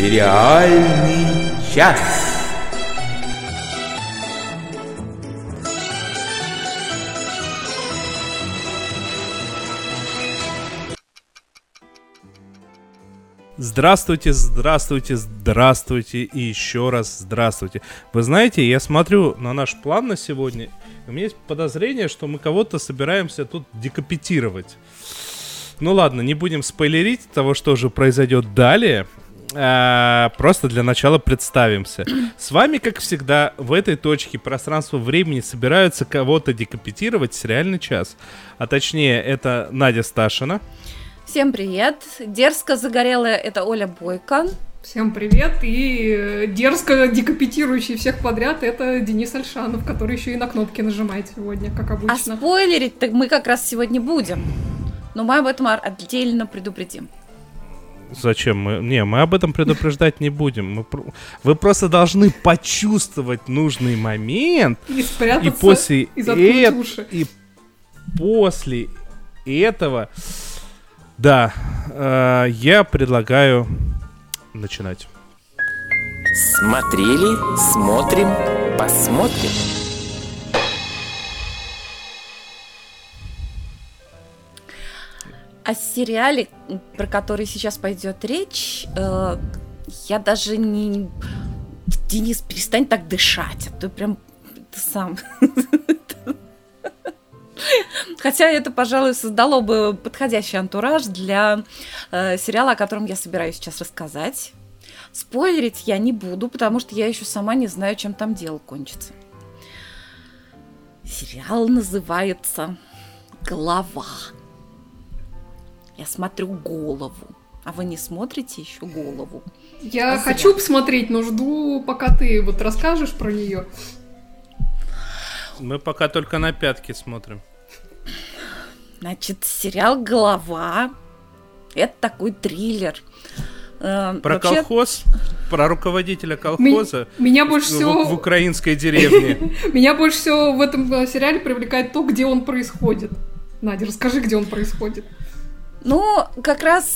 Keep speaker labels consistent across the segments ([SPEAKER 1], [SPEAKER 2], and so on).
[SPEAKER 1] Сериальный час.
[SPEAKER 2] Здравствуйте, здравствуйте, здравствуйте и еще раз здравствуйте. Вы знаете, я смотрю на наш план на сегодня, и у меня есть подозрение, что мы кого-то собираемся тут декапитировать. Ну ладно, не будем спойлерить того, что же произойдет далее. Просто для начала представимся. С вами, как всегда, в этой точке пространства-времени собираются кого-то декапитировать сериальный час. А точнее, это Надя Сташина.
[SPEAKER 3] Всем привет. Дерзко загорелая — это Оля Бойко.
[SPEAKER 4] Всем привет. И дерзко декапитирующий всех подряд — это Денис Альшанов, который еще и на кнопки нажимает сегодня, как обычно.
[SPEAKER 3] А спойлерить-то мы как раз сегодня будем. Но мы об этом отдельно предупредим.
[SPEAKER 2] Зачем? Мы об этом предупреждать не будем. Вы просто должны почувствовать нужный момент.
[SPEAKER 4] И спрятаться,
[SPEAKER 2] и после
[SPEAKER 4] и заткнуть уши.
[SPEAKER 2] И после этого... Да, я предлагаю начинать.
[SPEAKER 1] Смотрели, смотрим, посмотрим.
[SPEAKER 3] О сериале, про который сейчас пойдет речь, я даже не... Денис, перестань так дышать, а то прям ты сам... Хотя это, пожалуй, создало бы подходящий антураж для сериала, о котором я собираюсь сейчас рассказать. Спойлерить я не буду, потому что я еще сама не знаю, чем там дело кончится. Сериал называется «Голова». Я смотрю «Голову». А вы не смотрите еще «Голову»?
[SPEAKER 4] Я хочу посмотреть, но жду, пока ты вот расскажешь про нее.
[SPEAKER 2] Мы пока только на пятки смотрим.
[SPEAKER 3] Значит, сериал «Голова» — это такой триллер.
[SPEAKER 2] Про колхоз? Про руководителя колхоза
[SPEAKER 4] меня больше всего...
[SPEAKER 2] в украинской деревне.
[SPEAKER 4] Меня больше всего в этом сериале привлекает то, где он происходит. Надя, расскажи, где он происходит.
[SPEAKER 3] Ну, как раз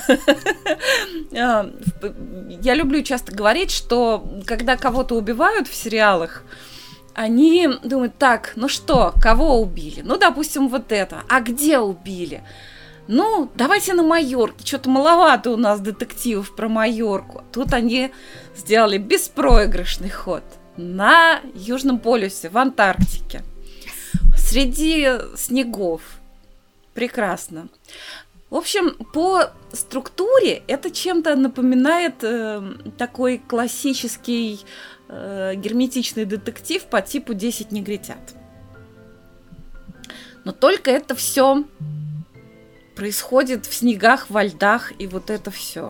[SPEAKER 3] я люблю часто говорить, что когда кого-то убивают в сериалах, они думают: так, ну что, кого убили? Ну, допустим, вот это. А где убили? Ну, давайте на Майорке. Что-то маловато у нас детективов про Майорку. Тут они сделали беспроигрышный ход. На Южном полюсе, в Антарктике. Среди снегов. Прекрасно. В общем, по структуре это чем-то напоминает такой классический герметичный детектив по типу «10 негритят». Но только это все происходит в снегах, во льдах, и вот это все.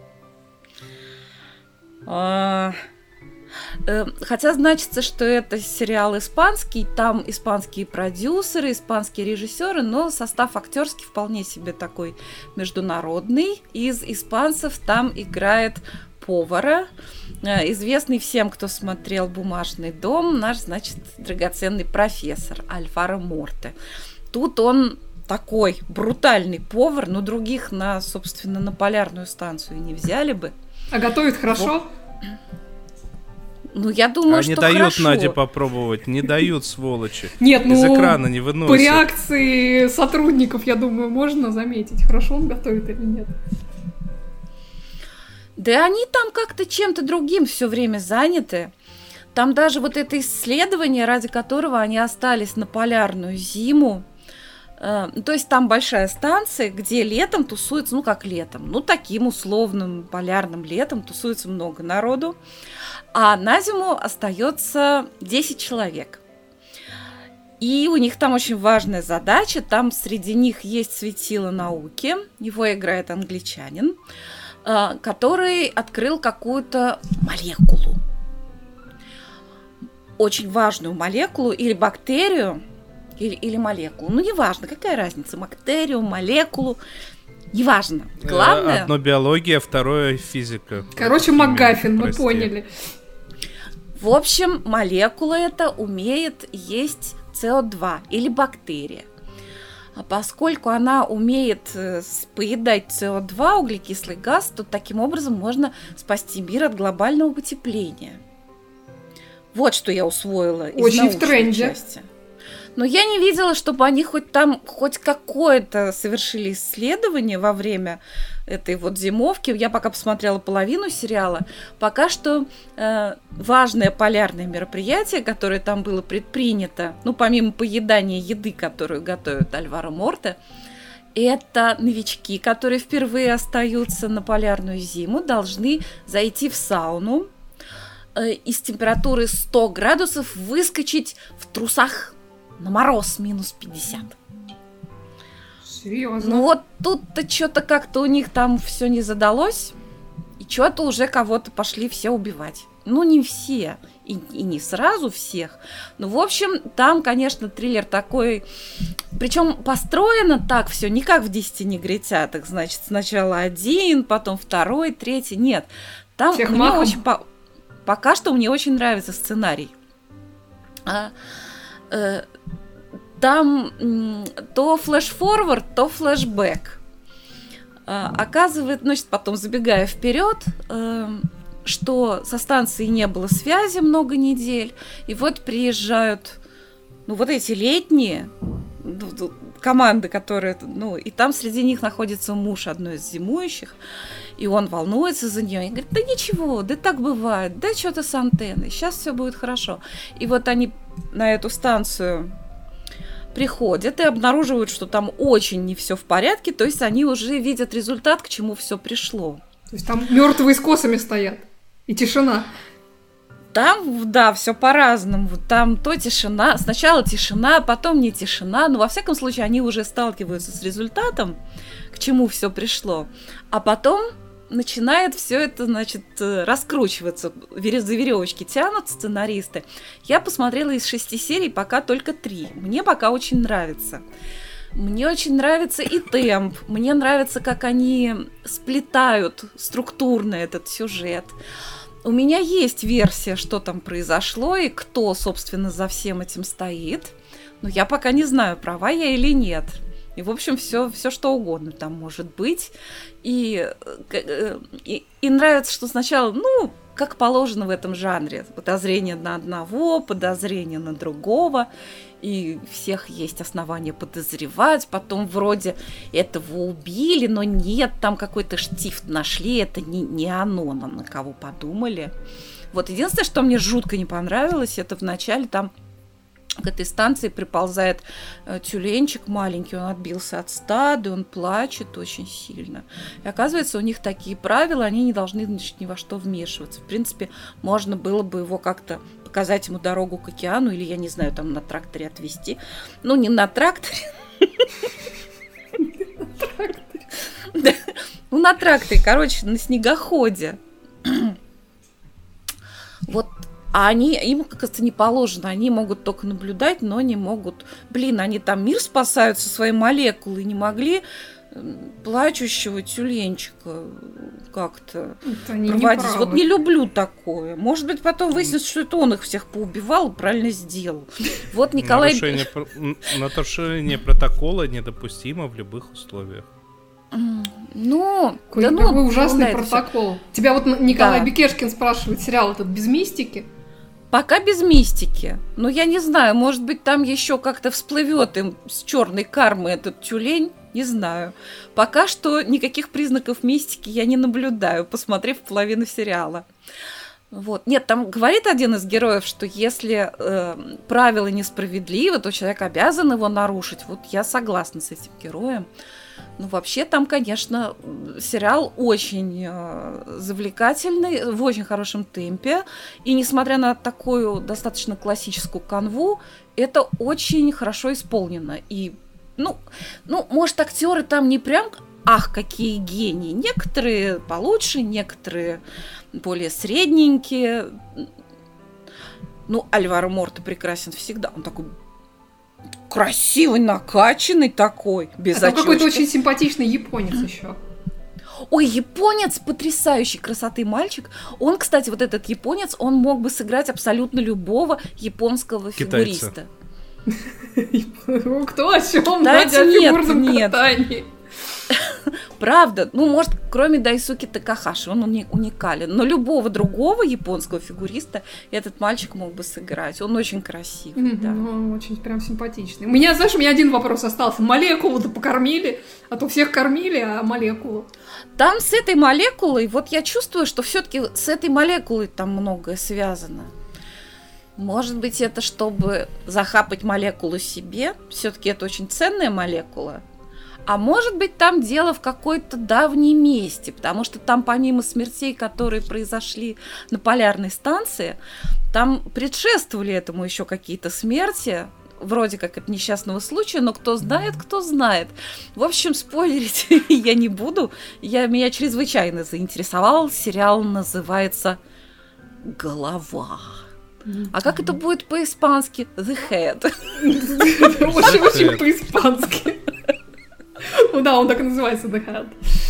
[SPEAKER 3] Хотя значится, что это сериал испанский, там испанские продюсеры, испанские режиссеры, но состав актерский вполне себе такой международный. Из испанцев там играет повара, известный всем, кто смотрел «Бумажный дом», наш, значит, драгоценный профессор Альваро Морте. Тут он такой брутальный повар, но других собственно, на полярную станцию не взяли бы.
[SPEAKER 4] А готовит хорошо?
[SPEAKER 3] Ну, я думаю, что хорошо.
[SPEAKER 2] Не дают Наде попробовать, не дают, сволочи.
[SPEAKER 4] Нет,
[SPEAKER 2] из экрана не выносят.
[SPEAKER 4] По реакции сотрудников, я думаю, можно заметить, хорошо он готовит или нет.
[SPEAKER 3] Да они там как-то чем-то другим все время заняты. Там даже вот это исследование, ради которого они остались на полярную зиму. То есть там большая станция, где летом тусуется, ну как летом, ну таким условным полярным летом тусуется много народу. А на зиму остается 10 человек. И у них там очень важная задача. Там среди них есть светило науки. Его играет англичанин, который открыл какую-то молекулу. Очень важную молекулу или бактерию, или молекулу. Ну, неважно, какая разница. Бактерию, молекулу. Неважно. Главное...
[SPEAKER 2] Одно биология, второе физика.
[SPEAKER 4] Короче, МакГаффин, мы поняли.
[SPEAKER 3] В общем, молекула эта умеет есть СО2 или бактерия. А поскольку она умеет поедать СО2, углекислый газ, то таким образом можно спасти мир от глобального потепления. Вот что я усвоила из
[SPEAKER 4] Очень
[SPEAKER 3] научной
[SPEAKER 4] в тренде.
[SPEAKER 3] части. Но я не видела, чтобы они хоть какое-то совершили исследование во время этой вот зимовки. Я пока посмотрела половину сериала. Пока что важное полярное мероприятие, которое там было предпринято, ну, помимо поедания еды, которую готовит Альваро Морте, это новички, которые впервые остаются на полярную зиму, должны зайти в сауну и с температуры 100 градусов выскочить в трусах на мороз минус 50.
[SPEAKER 4] Серьезно?
[SPEAKER 3] Ну вот тут-то что-то как-то у них там все не задалось, и что-то уже кого-то пошли все убивать. Ну, не все, и не сразу всех. Ну, в общем, там, конечно, триллер такой. Причем построено так все, не как в 10 негритятах. Значит, сначала один, потом второй, третий. Нет. Там
[SPEAKER 4] Всех
[SPEAKER 3] мне
[SPEAKER 4] махом?
[SPEAKER 3] очень пока что мне очень нравится сценарий. Там то флэш-форвард, то флэшбэк. Оказывает, значит, потом забегая вперед, что со станцией не было связи много недель, и вот приезжают, ну, вот эти летние команды, которые, ну, и там среди них находится муж одной из зимующих, и он волнуется за нее, и говорит: да ничего, да так бывает, да что-то с антенной, сейчас все будет хорошо. И вот они на эту станцию приходят и обнаруживают, что там очень не все в порядке, то есть они уже видят результат, к чему все пришло.
[SPEAKER 4] То есть там мертвые с косами стоят. И тишина.
[SPEAKER 3] Там, да, все по-разному. Там то тишина, сначала тишина, потом не тишина, но во всяком случае они уже сталкиваются с результатом, к чему все пришло, а потом начинает все это, значит, раскручиваться, за веревочки тянут сценаристы. Я посмотрела из 6 серий пока только 3. Мне пока очень нравится. Мне очень нравится и темп, мне нравится, как они сплетают структурно этот сюжет. У меня есть версия, что там произошло и кто, собственно, за всем этим стоит. Но я пока не знаю, права я или нет. И, в общем, все что угодно там может быть. И нравится, что сначала, ну, как положено в этом жанре. Подозрение на одного, подозрение на другого. И всех есть основания подозревать. Потом вроде этого убили, но нет, там какой-то штифт нашли. Это не оно, на кого подумали. Вот единственное, что мне жутко не понравилось, это вначале там к этой станции приползает тюленчик маленький, он отбился от стада, он плачет очень сильно. И оказывается, у них такие правила, они не должны, значит, ни во что вмешиваться. В принципе, можно было бы его как-то показать ему дорогу к океану, или, я не знаю, там на тракторе отвезти. Ну, не на тракторе. Ну, на тракторе, короче, на снегоходе. Вот. А им, кажется, не положено. Они могут только наблюдать, но не могут... Блин, они там мир спасают со своей молекулой. Не могли плачущего тюленчика как-то проводить. Вот не люблю такое. Может быть, потом выяснится, что это он их всех поубивал и правильно сделал. Вот Николай...
[SPEAKER 2] Нарушение протокола недопустимо в любых условиях.
[SPEAKER 3] Ну,
[SPEAKER 4] какой ужасный протокол. Тебя вот Николай Бекешкин спрашивает, сериал этот без мистики?
[SPEAKER 3] Пока без мистики. Но я не знаю, может быть, там еще как-то всплывет им с черной кармы этот тюлень. Не знаю. Пока что никаких признаков мистики я не наблюдаю, посмотрев половину сериала. Вот. Нет, там говорит один из героев, что если правило несправедливо, то человек обязан его нарушить. Вот я согласна с этим героем. Ну, вообще, там, конечно, сериал очень завлекательный, в очень хорошем темпе. И несмотря на такую достаточно классическую канву, это очень хорошо исполнено. И, ну, может, актеры там не прям... Ах, какие гении! Некоторые получше, некоторые более средненькие. Ну, Альваро Морте прекрасен всегда. Он такой красивый, накачанный такой, без очечка.
[SPEAKER 4] Какой-то очень симпатичный японец еще.
[SPEAKER 3] Ой, японец потрясающей красоты мальчик. Он, кстати, вот этот японец, он мог бы сыграть абсолютно любого японского фигуриста.
[SPEAKER 4] Кто о чем?
[SPEAKER 3] Дайте
[SPEAKER 4] Надя, о
[SPEAKER 3] нет,
[SPEAKER 4] фигурном
[SPEAKER 3] нет.
[SPEAKER 4] катании.
[SPEAKER 3] Правда, ну, может, кроме Дайсуки Такахаши, он уникален. Но любого другого японского фигуриста этот мальчик мог бы сыграть. Он очень красивый, да.
[SPEAKER 4] Ну, он очень прям симпатичный. У меня один вопрос остался. Молекулу-то покормили, а то всех кормили, а молекулу.
[SPEAKER 3] Там с этой молекулой, вот я чувствую, что все-таки с этой молекулой там многое связано. Может быть, это чтобы захапать молекулу себе. Все-таки это очень ценная молекула. А может быть, там дело в какой-то давней мести, потому что там помимо смертей, которые произошли на полярной станции, там предшествовали этому еще какие-то смерти, вроде как от несчастного случая, но кто знает, кто знает. В общем, спойлерить я не буду. Меня чрезвычайно заинтересовал. Сериал называется «Голова». А как это будет по-испански? The Head.
[SPEAKER 4] Очень по-испански. Ну да, он так и называется, The Head.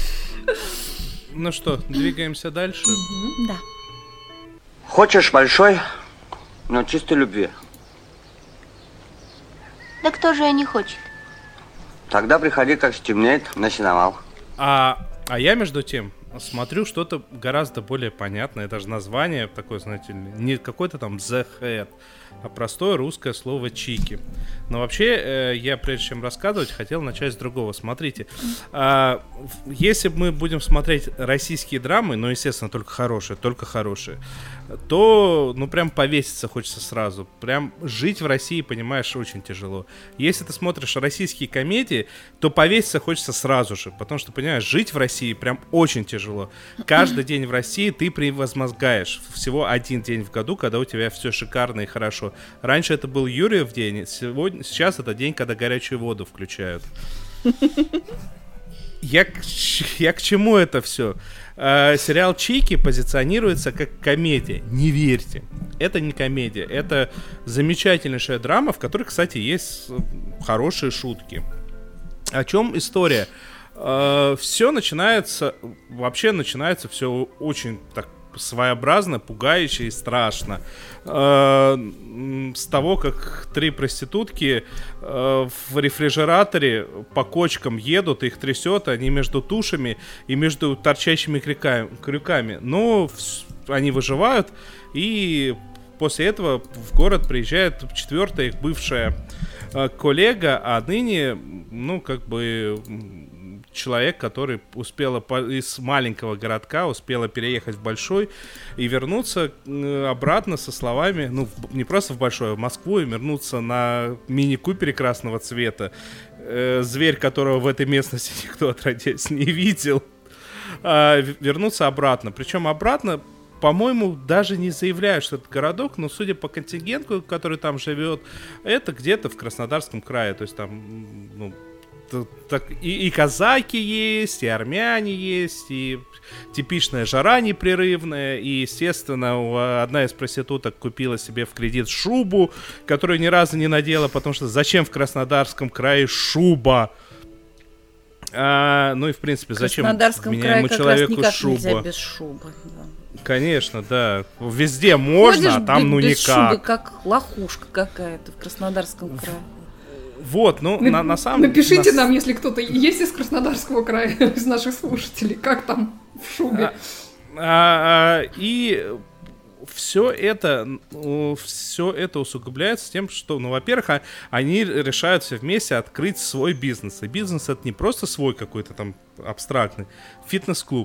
[SPEAKER 2] Ну что, двигаемся дальше?
[SPEAKER 3] Да.
[SPEAKER 5] Хочешь большой, но чистой любви?
[SPEAKER 6] Да кто же не хочет?
[SPEAKER 5] Тогда приходи, как стемнеет, на сеновал.
[SPEAKER 2] А я, между тем, смотрю что-то гораздо более понятное. Даже название такое, знаете, не какой-то там The Head, а простое русское слово «чики». Но вообще, я, прежде чем рассказывать, хотел начать с другого. Смотрите, если мы будем смотреть российские драмы, ну, естественно, только хорошие, то, ну, прям повеситься хочется сразу. Прям жить в России, понимаешь, очень тяжело. Если ты смотришь российские комедии, то повеситься хочется сразу же, потому что, понимаешь, жить в России прям очень тяжело. Каждый день в России ты превозмогаешь. Всего один день в году, когда у тебя все шикарно и хорошо. Раньше это был Юрьев день, сейчас это день, когда горячую воду включают. Я к чему это все? Сериал «Чики» позиционируется как комедия. Не верьте. Это не комедия. Это замечательнейшая драма, в которой, кстати, есть хорошие шутки. О чем история? Все начинается все очень так своеобразно, пугающе и страшно. С того, как 3 проститутки в рефрижераторе по кочкам едут, их трясет, они между тушами и между торчащими крюками. Но они выживают, и после этого в город приезжает 4-я их бывшая коллега, а ныне, ну, как бы человек, который успела из маленького городка, успела переехать в большой и вернуться обратно со словами, ну, не просто в большой, а в Москву, и вернуться на мини-купере красного цвета, зверь, которого в этой местности никто отродясь не видел, вернуться обратно. Причем обратно, по-моему, даже не заявляют, что это городок, но судя по контингенту, который там живет, это где-то в Краснодарском крае, то есть там, ну, так, и казаки есть, и армяне есть, и типичная жара непрерывная, и, естественно, одна из проституток купила себе в кредит шубу, которую ни разу не надела, потому что зачем в Краснодарском крае шуба? Ну и, в принципе, зачем меняемому человеку шуба?
[SPEAKER 3] Нельзя без шубы, да.
[SPEAKER 2] Конечно, да. Везде можно,
[SPEAKER 3] ходишь
[SPEAKER 2] а там ну
[SPEAKER 3] без
[SPEAKER 2] никак.
[SPEAKER 3] Шубы, как лохушка какая-то в Краснодарском крае.
[SPEAKER 2] Вот, ну, на самом деле...
[SPEAKER 4] Напишите нам, если кто-то есть из Краснодарского края, из наших слушателей, как там в шубе.
[SPEAKER 2] И все это усугубляется тем, что, ну, во-первых, они решают все вместе открыть свой бизнес. И бизнес — это не просто свой какой-то там абстрактный фитнес-клуб.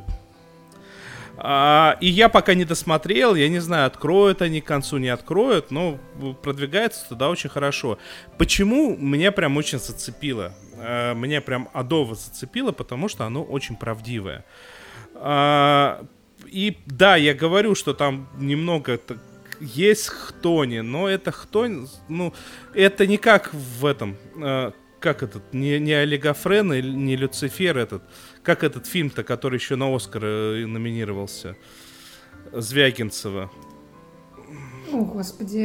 [SPEAKER 2] И я пока не досмотрел, я не знаю, откроют они к концу, не откроют, но продвигается туда очень хорошо. Почему меня прям очень зацепило? Меня прям адово зацепило, потому что оно очень правдивое. И да, я говорю, что там немного есть хтони, но это хтонь, ну, это не как в этом... Как этот, не Олигофрен, не Люцифер этот, как этот фильм-то, который еще на Оскар номинировался, Звягинцева.
[SPEAKER 4] О, господи,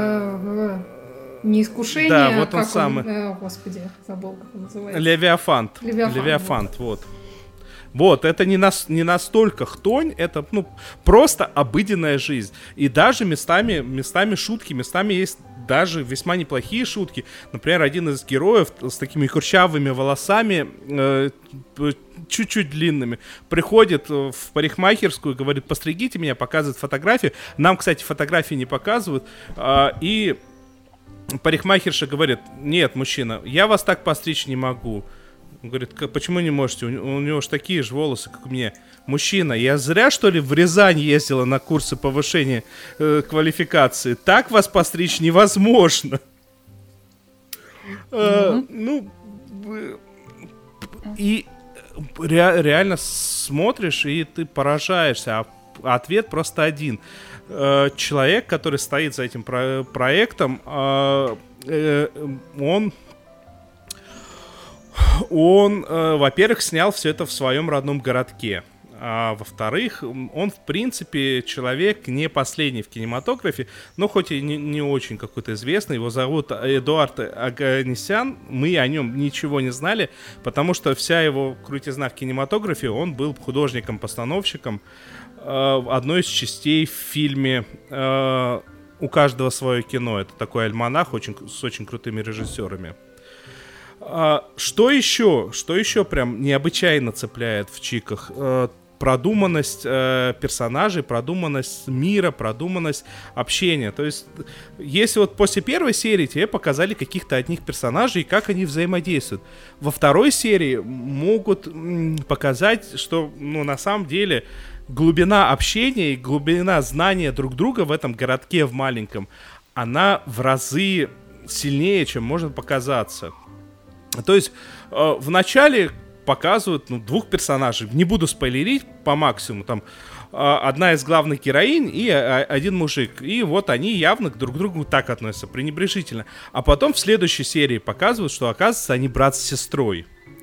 [SPEAKER 4] не искушение,
[SPEAKER 2] да, вот он
[SPEAKER 4] как
[SPEAKER 2] самый.
[SPEAKER 4] Господи, забыл, как он называется.
[SPEAKER 2] Левиафант, вот. Вот, это не настолько хтонь, это, просто обыденная жизнь. И даже местами шутки, местами есть даже весьма неплохие шутки. Например, один из героев с такими курчавыми волосами, чуть-чуть длинными, приходит в парикмахерскую, говорит: постригите меня, показывает фотографии. Нам, кстати, фотографии не показывают. И парикмахерша говорит: нет, мужчина, я вас так постричь не могу. Он говорит: почему не можете? У него же такие же волосы, как у меня. Мужчина, я зря, что ли, в Рязань ездила на курсы повышения квалификации? Так вас постричь невозможно. И реально смотришь, и ты поражаешься. А ответ просто один. Человек, который стоит за этим проектом, он, во-первых, снял все это в своем родном городке. А во-вторых, он, в принципе, человек не последний в кинематографе, но хоть и не очень какой-то известный. Его зовут Эдуард Оганесян. Мы о нем ничего не знали, потому что вся его крутизна в кинематографе, он был художником-постановщиком одной из частей в фильме «У каждого свое кино». Это такой альманах с очень крутыми режиссерами. Что еще прям необычайно цепляет в «Чиках»? Продуманность персонажей, продуманность мира, продуманность общения. То есть, если вот после первой серии тебе показали каких-то одних персонажей и как они взаимодействуют, во второй серии могут показать, что, на самом деле, глубина общения и глубина знания друг друга в этом городке в маленьком, она в разы сильнее, чем может показаться. То есть, в начале показывают двух персонажей. Не буду спойлерить по максимуму. Там одна из главных героинь и один мужик. И вот они явно друг к другу так относятся, пренебрежительно. А потом в следующей серии показывают, что, оказывается, они брат с сестрой.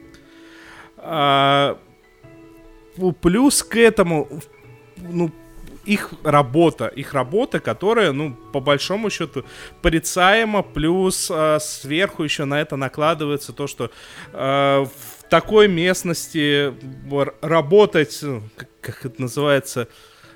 [SPEAKER 2] Плюс к этому, их работа, которая, по большому счету, порицаема, плюс сверху еще на это накладывается то, что в такой местности работать, как это называется,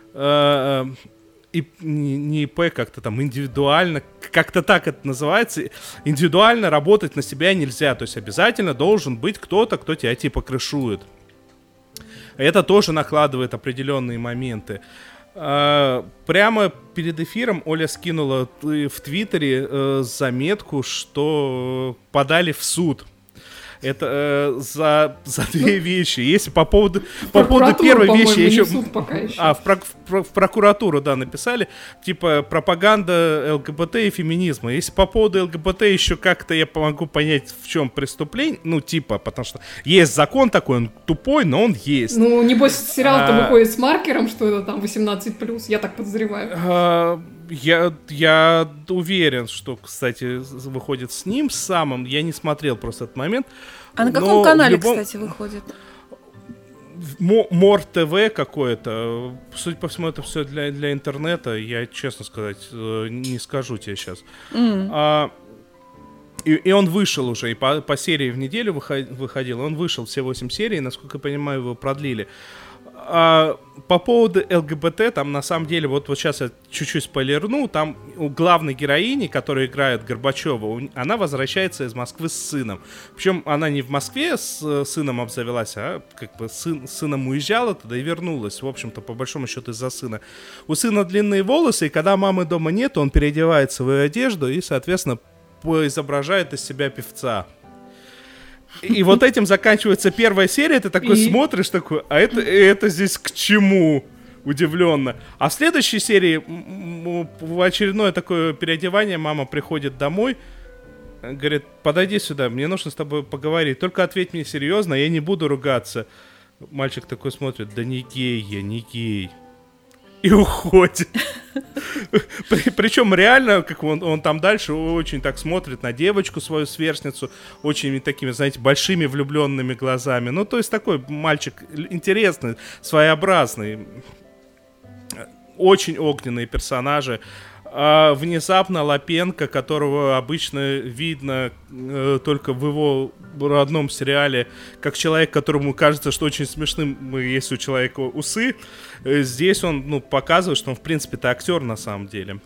[SPEAKER 2] и не ИП, как-то там индивидуально, как-то так это называется, индивидуально работать на себя нельзя, то есть обязательно должен быть кто-то, кто тебя типа крышует. Это тоже накладывает определенные моменты. Прямо перед эфиром Оля скинула в Твиттере заметку, что подали в суд. Это за две вещи. Если по поводу первой вещи еще... в прокуратуру, да, написали. Типа пропаганда ЛГБТ и феминизма. Если по поводу ЛГБТ еще как-то я могу понять, в чем преступление. Потому что есть закон такой, он тупой, но он есть.
[SPEAKER 4] Небось, сериал-то выходит с маркером, что это там 18+, я так подозреваю. Я уверен, что, кстати, выходит с ним самым. Я не смотрел просто этот момент.
[SPEAKER 3] А на каком канале, кстати, выходит?
[SPEAKER 2] Мор ТВ какое-то. Судя по всему, это все для интернета. Я, честно сказать, не скажу тебе сейчас. И он вышел уже, и по серии в неделю выходил. Он вышел, все 8 серий, насколько я понимаю, его продлили. По поводу ЛГБТ, там на самом деле, вот сейчас я чуть-чуть спойлерну, там у главной героини, которая играет Горбачева, она возвращается из Москвы с сыном. Причем она не в Москве с сыном обзавелась, а как бы с сыном уезжала туда и вернулась, в общем-то, по большому счету из-за сына. У сына длинные волосы, и когда мамы дома нет, он переодевает свою одежду и, соответственно, изображает из себя певца. И вот этим заканчивается первая серия, ты такой смотришь, такой, а это здесь к чему? Удивленно. А в следующей серии в очередное такое переодевание мама приходит домой, говорит: подойди сюда, мне нужно с тобой поговорить, только ответь мне серьезно, я не буду ругаться. Мальчик такой смотрит: да не гей я, не гей. И уходит. Причем реально, как он там дальше очень так смотрит на девочку, свою сверстницу, очень такими, знаете, большими влюбленными глазами. То есть такой мальчик интересный, своеобразный. Очень огненные персонажи. внезапно Лапенко, которого обычно видно только в его родном сериале, как человек, которому кажется, что очень смешным, если у человека усы, здесь он показывает, что он в принципе-то актер на самом деле.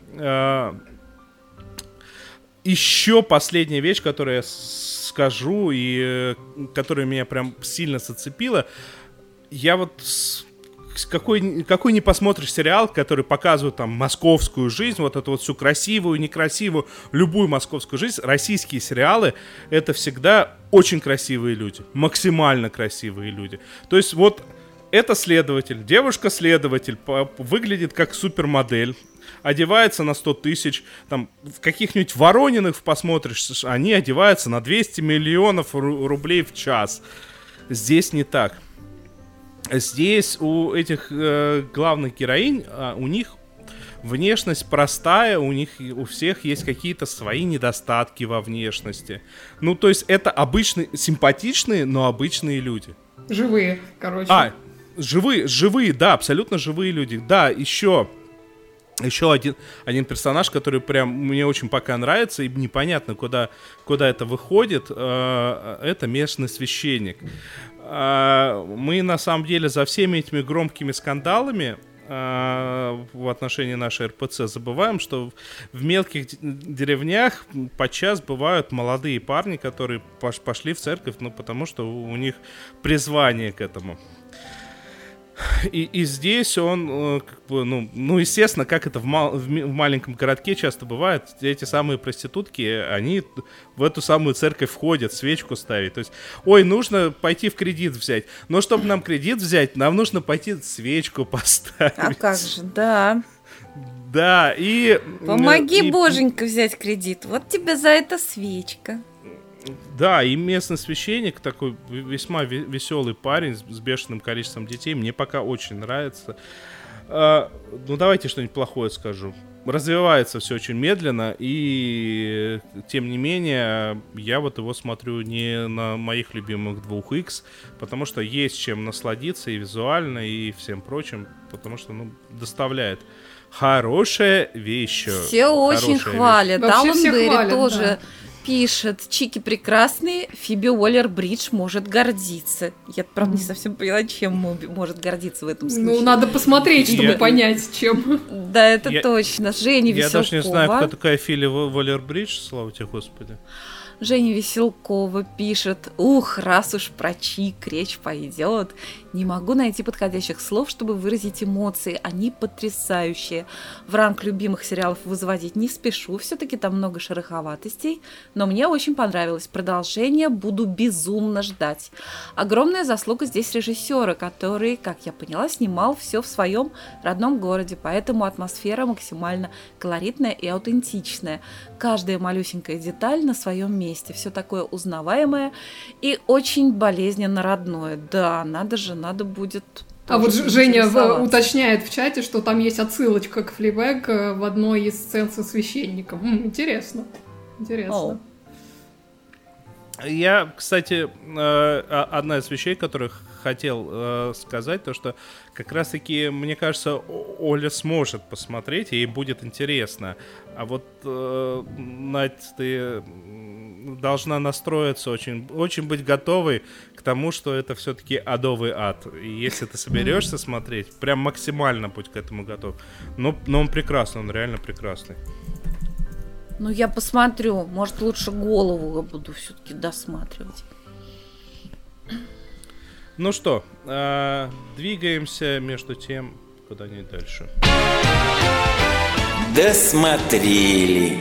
[SPEAKER 2] Еще последняя вещь, которую я скажу и которая меня прям сильно зацепила. Я вот какой не посмотришь сериал, который показывает там московскую жизнь, вот эту вот всю красивую, некрасивую, любую московскую жизнь, российские сериалы — это всегда очень красивые люди, максимально красивые люди. То есть вот это следователь, девушка-следователь, выглядит как супермодель, одевается на 100 тысяч, там, в каких-нибудь Ворониных посмотришь, они одеваются на 200 миллионов рублей в час. Здесь не так. Здесь у этих главных героинь, у них внешность простая, у всех есть какие-то свои недостатки во внешности. Ну, то есть это обычные, симпатичные, но обычные люди.
[SPEAKER 4] Живые, короче.
[SPEAKER 2] Живые, да, абсолютно живые люди. Да, еще один персонаж, который прям мне очень пока нравится, и непонятно, куда это выходит, это местный священник. Мы, на самом деле, за всеми этими громкими скандалами в отношении нашей РПЦ забываем, что в мелких деревнях подчас бывают молодые парни, которые пошли в церковь, потому что у них призвание к этому. И здесь он, естественно, как это в маленьком городке часто бывает, эти самые проститутки, они в эту самую церковь входят, свечку ставить. То есть, нужно пойти в кредит взять. Но чтобы нам кредит взять, нам нужно пойти свечку поставить.
[SPEAKER 3] А как же, да.
[SPEAKER 2] Да, и...
[SPEAKER 3] Помоги, боженька, взять кредит. Вот тебе за это свечка.
[SPEAKER 2] Да, и местный священник, такой весьма веселый парень с бешеным количеством детей, мне пока очень нравится. Давайте что-нибудь плохое скажу. Развивается все очень медленно, и тем не менее, я вот его смотрю не на моих любимых 2Х, потому что есть чем насладиться и визуально, и всем прочим, потому что, доставляет. Хорошая вещь.
[SPEAKER 3] Все очень хвалят. Алан Берри тоже...
[SPEAKER 4] Да.
[SPEAKER 3] Пишет, чики прекрасные, Фиби Уоллер-Бридж может гордиться. Я, правда, не совсем поняла, чем может гордиться в этом случае.
[SPEAKER 4] Надо посмотреть, чтобы понять, чем.
[SPEAKER 3] Да, это точно. Женя Веселкова.
[SPEAKER 2] Я даже не знаю, кто такая Фиби Уоллер-Бридж, слава тебе, Господи.
[SPEAKER 3] Женя Веселкова пишет: раз уж про чик речь пойдет, не могу найти подходящих слов, чтобы выразить эмоции, они потрясающие. В ранг любимых сериалов возводить не спешу, все-таки там много шероховатостей, но мне очень понравилось. Продолжение буду безумно ждать. Огромная заслуга здесь режиссера, который, как я поняла, снимал все в своем родном городе, поэтому атмосфера максимально колоритная и аутентичная. Каждая малюсенькая деталь на своем месте, все такое узнаваемое и очень болезненно родное. Да, надо будет...
[SPEAKER 4] А вот Женя уточняет в чате, что там есть отсылочка к Флибэг в одной из сцен со священником. Интересно.
[SPEAKER 2] Я, кстати, одна из вещей, которых хотел сказать, то что как раз-таки, мне кажется, Оля сможет посмотреть, ей будет интересно. А вот, Надь, ты должна настроиться, очень быть готовой к тому, что это все-таки адовый ад. И если ты соберешься смотреть, прям максимально будь к этому готов. Но он прекрасный, он реально прекрасный.
[SPEAKER 3] Я посмотрю. Может, лучше голову буду все-таки досматривать.
[SPEAKER 2] Ну что, двигаемся между тем куда-нибудь дальше.
[SPEAKER 1] Досмотрели.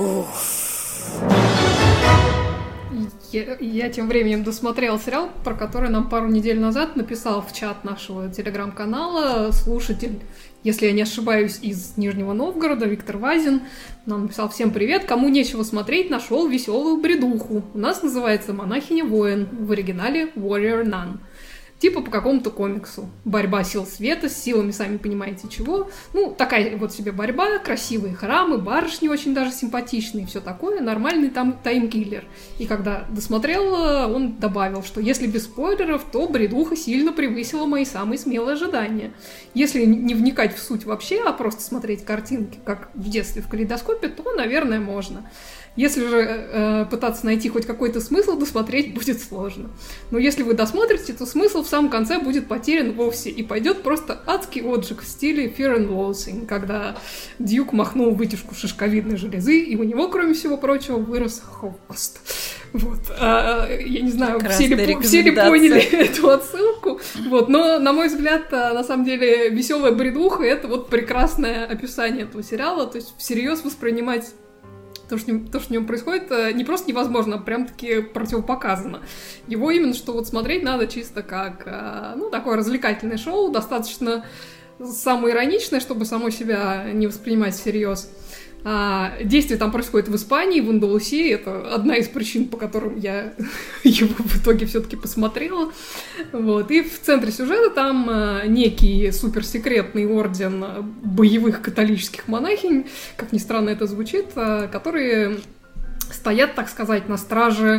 [SPEAKER 4] Я тем временем досмотрела сериал, про который нам пару недель назад написал в чат нашего телеграм-канала слушатель, если я не ошибаюсь, из Нижнего Новгорода, Виктор Вазин. Нам написал: всем привет, кому нечего смотреть, нашел веселую бредуху. У нас называется «Монахиня-воин», в оригинале «Warrior Nun». Типа по какому-то комиксу. Борьба сил света с силами, сами понимаете, чего. Ну, такая вот себе борьба, красивые храмы, барышни очень даже симпатичные, все такое, нормальный там таймкиллер. И когда досмотрел, он добавил, что если без спойлеров, то бредуха сильно превысила мои самые смелые ожидания. Если не вникать в суть вообще, а просто смотреть картинки, как в детстве в калейдоскопе, то, наверное, можно. Если же пытаться найти хоть какой-то смысл, досмотреть будет сложно. Но если вы досмотрите, то смысл в самом конце будет потерян вовсе, и пойдет просто адский отжиг в стиле Fear and Loathing, когда Дьюк махнул вытяжку шишковидной железы, и у него, кроме всего прочего, вырос хвост. Вот. Я не знаю, все ли поняли эту отсылку. Вот. Но, на мой взгляд, на самом деле, веселая бредуха — это вот прекрасное описание этого сериала. То есть всерьез воспринимать то, что в нем происходит, не просто невозможно, а прям-таки противопоказано. Его именно что вот смотреть надо чисто как, ну, такое развлекательное шоу, достаточно самоироничное, чтобы само себя не воспринимать всерьез. Действие там происходит в Испании, в Андалусии. Это одна из причин, по которым я его в итоге все-таки посмотрела. Вот. И в центре сюжета там некий суперсекретный орден боевых католических монахинь, как ни странно это звучит, которые стоят, так сказать, на страже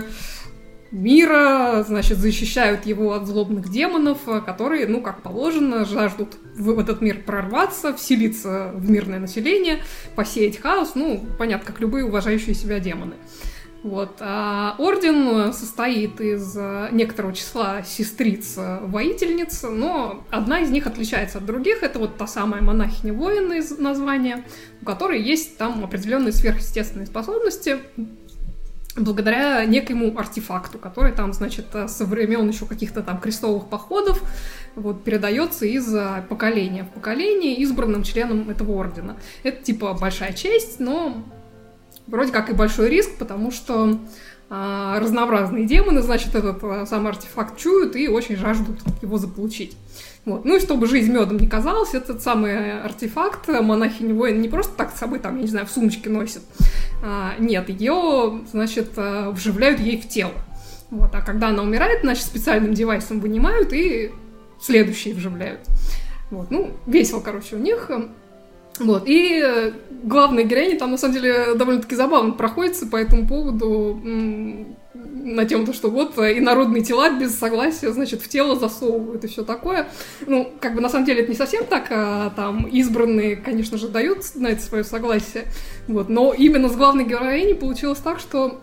[SPEAKER 4] мира, значит, защищают его от злобных демонов, которые, ну, как положено, жаждут в этот мир прорваться, вселиться в мирное население, посеять хаос, ну, понятно, как любые уважающие себя демоны. Вот. А орден состоит из некоторого числа сестриц-воительниц, но одна из них отличается от других. Это вот та самая монахиня-воин из названия, у которой есть там определенные сверхъестественные способности, благодаря некоему артефакту, который там, значит, со времен еще каких-то там крестовых походов вот, передается из поколения в поколение избранным членам этого ордена. Это типа большая честь, но вроде как и большой риск, потому что разнообразные демоны, значит, этот самый артефакт чуют и очень жаждут его заполучить. Вот. Ну и чтобы жизнь медом не казалась, этот самый артефакт монахиня-воин не просто так с собой, там, я не знаю, в сумочке носит. Нет, ее, значит, вживляют ей в тело. Вот. А когда она умирает, значит, специальным девайсом вынимают и следующие вживляют. Вот. Ну, весело, короче, у них. Вот. И главная героиня там, на самом деле, довольно-таки забавно проходится по этому поводу, на тему, что вот инородные тела без согласия, значит, в тело засовывают и все такое. Ну, как бы на самом деле это не совсем так, там избранные, конечно же, дают на это свое согласие, вот, но именно с главной героиней получилось так, что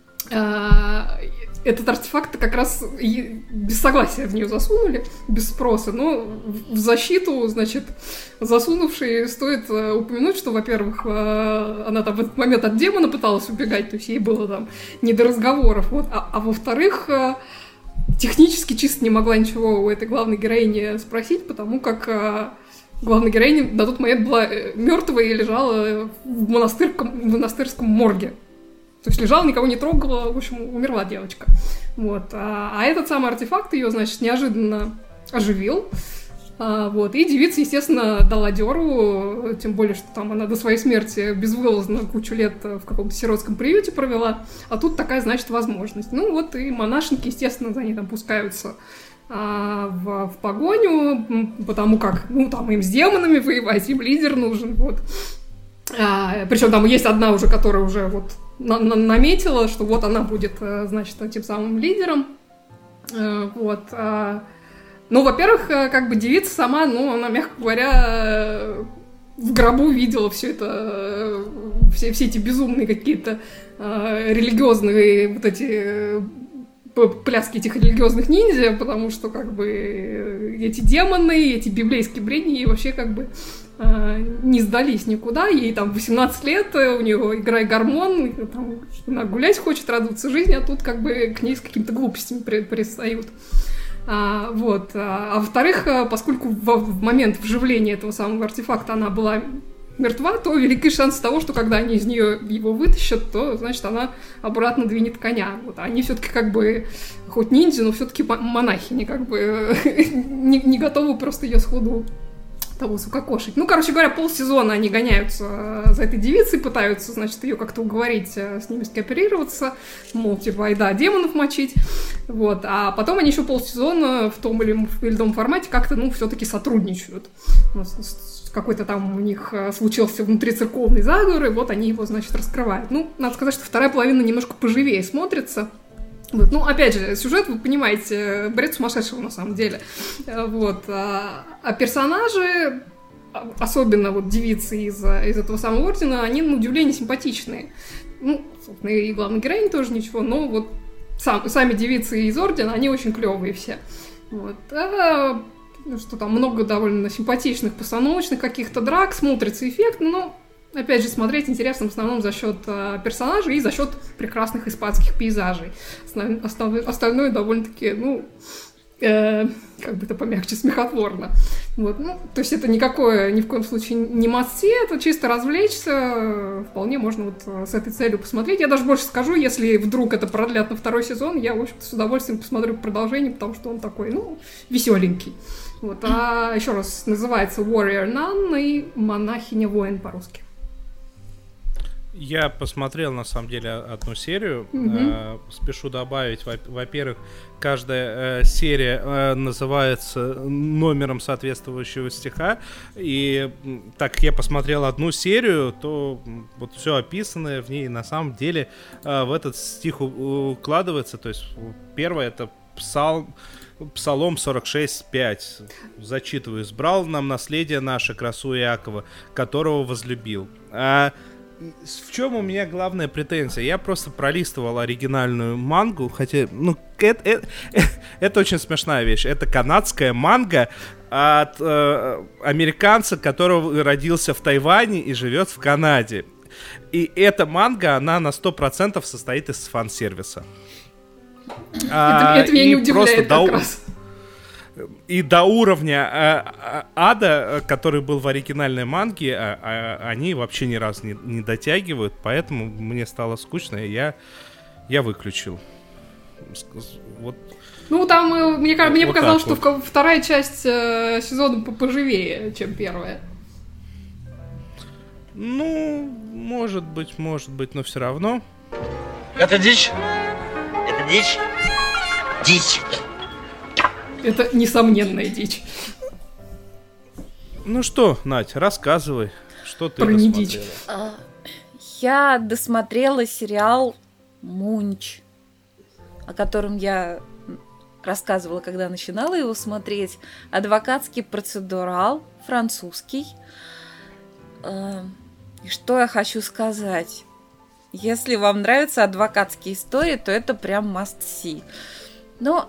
[SPEAKER 4] этот артефакт как раз без согласия в нее засунули, без спроса, но в защиту, значит, засунувшей стоит упомянуть, что, во-первых, она там в этот момент от демона пыталась убегать, то есть ей было там не до разговоров, вот, а во-вторых, технически чисто не могла ничего у этой главной героини спросить, потому как главная героиня на тот момент была мертвая и лежала в монастырском морге. То есть лежала, никого не трогала, в общем, умерла девочка. Вот. А этот самый артефакт ее, значит, неожиданно оживил. Вот. И девица, естественно, дала дёру, тем более, что там она до своей смерти безвылазно кучу лет в каком-то сиротском приюте провела. А тут такая, значит, возможность. Ну вот и монашенки, естественно, за ней там пускаются в погоню, потому как, ну, там им с демонами воевать, им лидер нужен, вот. Причем там есть одна уже, которая уже вот наметила, что вот она будет, значит, тем самым лидером. Вот. Ну, во-первых, как бы девица сама, ну, она, мягко говоря, в гробу видела все это, все эти безумные какие-то религиозные вот эти пляски этих религиозных ниндзя, потому что, как бы, эти демоны, эти библейские бредни ей вообще, как бы, не сдались никуда, ей там 18 лет, у нее играет гормон, там, она гулять хочет, радоваться жизни, а тут как бы к ней с какими-то глупостями пристают. Вот. А во-вторых, поскольку в момент вживления этого самого артефакта она была мертва, то великий шанс того, что когда они из нее его вытащат, то, значит, она обратно двинет коня. Вот. Они все-таки как бы, хоть ниндзя, но все-таки монахини, как бы не готовы просто ее сходу того укокошить. Ну, короче говоря, полсезона они гоняются за этой девицей, пытаются, значит, ее как-то уговорить с ними скооперироваться, мол, типа, айда, демонов мочить, вот, а потом они еще полсезона в том или ином формате как-то, ну, все-таки сотрудничают. Какой-то там у них случился внутрицерковный заговор, и вот они его, значит, раскрывают. Ну, надо сказать, что вторая половина немножко поживее смотрится. Вот. Ну, опять же, сюжет, вы понимаете, бред сумасшедшего на самом деле. Вот. А персонажи, особенно вот девицы из этого самого ордена, они, на удивление, симпатичные. Ну, собственно, и главная героиня тоже ничего, но вот сами девицы из ордена, они очень клевые все. Вот. Что там много довольно симпатичных постановочных каких-то драк, смотрится эффектно, но, опять же, смотреть интересно в основном за счет персонажей и за счет прекрасных испанских пейзажей. Остальное довольно-таки, ну, как бы это помягче, смехотворно. Вот, ну, то есть это никакое, ни в коем случае не must-see, это чисто развлечься, вполне можно вот с этой целью посмотреть. Я даже больше скажу, если вдруг это продлят на второй сезон, я, в общем-то, с удовольствием посмотрю продолжение, потому что он такой, ну, веселенький. Вот, а еще раз, называется Warrior Nun и Монахиня-воин по-русски.
[SPEAKER 2] Я посмотрел, на самом деле, одну серию. Спешу добавить, во-первых, каждая серия называется номером соответствующего стиха. И так как я посмотрел одну серию, то вот все описанное в ней на самом деле в этот стих укладывается. То есть первое — это Псалом 46:5. Зачитываю. «Избрал нам наследие наше, красу Иакова, которого возлюбил». В чем у меня главная претензия? Я просто пролистывал оригинальную мангу, хотя, ну, это очень смешная вещь. Это канадская манга от американца, который родился в Тайване и живет в Канаде. И эта манга, она на 100% состоит из фан-сервиса.
[SPEAKER 4] Это меня не удивляет как раз.
[SPEAKER 2] И до уровня ада, который был в оригинальной манге, они вообще ни разу не дотягивают, поэтому мне стало скучно, и я выключил. Вот.
[SPEAKER 4] Ну, там, мне показалось, что вторая часть сезона поживее, чем первая.
[SPEAKER 2] Ну, может быть, но все равно.
[SPEAKER 1] Это дичь? Это дичь? Дичь!
[SPEAKER 4] Это несомненная дичь.
[SPEAKER 2] Ну что, Надь, рассказывай, что ты досмотрела.
[SPEAKER 3] Я досмотрела сериал «Мунч», о котором я рассказывала, когда начинала его смотреть. Адвокатский процедурал, французский. И что я хочу сказать? Если вам нравятся адвокатские истории, то это прям must-see. Но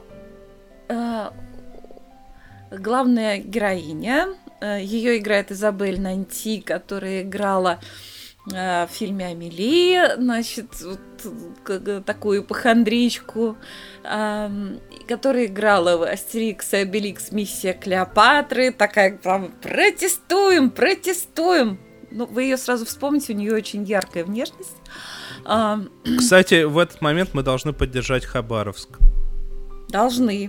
[SPEAKER 3] главная героиня, ее играет Изабель Нанти, которая играла в фильме «Амели», значит, вот такую ипохондричку, которая играла в «Астерикс и Обеликс. Миссия Клеопатры», такая прям «протестуем». Ну, вы ее сразу вспомните, у нее очень яркая внешность.
[SPEAKER 2] Кстати, в этот момент мы должны поддержать Хабаровск.
[SPEAKER 3] Должны.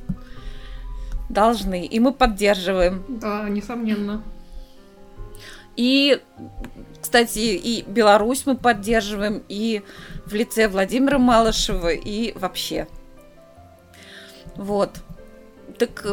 [SPEAKER 3] И мы поддерживаем.
[SPEAKER 4] Да, несомненно.
[SPEAKER 3] И, кстати, и Беларусь мы поддерживаем, и в лице Владимира Малышева, и вообще. Вот. Так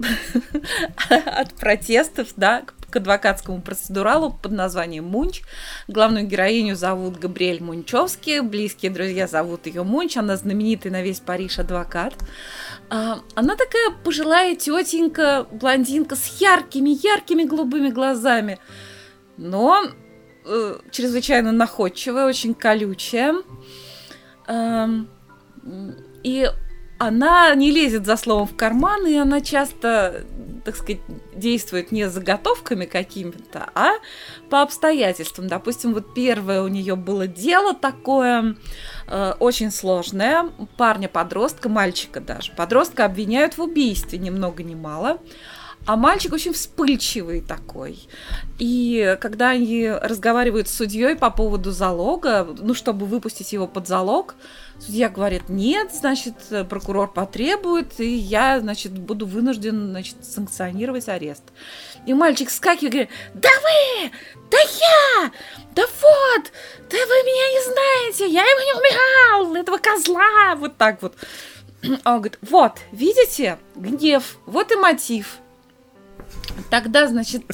[SPEAKER 3] от протестов, да, к адвокатскому процедуралу под названием «Мунч». Главную героиню зовут Габриэль Мунчевский, близкие друзья зовут ее Мунч, она знаменитый на весь Париж адвокат. Она такая пожилая тетенька, блондинка с яркими голубыми глазами, но чрезвычайно находчивая, очень колючая. И она не лезет за словом в карман, и она часто, так сказать, действует не заготовками какими-то, а по обстоятельствам. Допустим, вот первое у нее было дело такое очень сложное. Парня-подростка, мальчика даже. Подростка обвиняют в убийстве, ни много ни мало. А мальчик очень вспыльчивый такой. И когда они разговаривают с судьей по поводу залога, ну, чтобы выпустить его под залог, судья говорит: нет, значит, прокурор потребует, и я, значит, буду вынужден, значит, санкционировать арест. И мальчик вскакивает и говорит: да вы, да я, да вот, да вы меня не знаете, я его не убирал, этого козла, вот так вот. А он говорит: вот, видите, гнев, вот и мотив. Тогда, значит,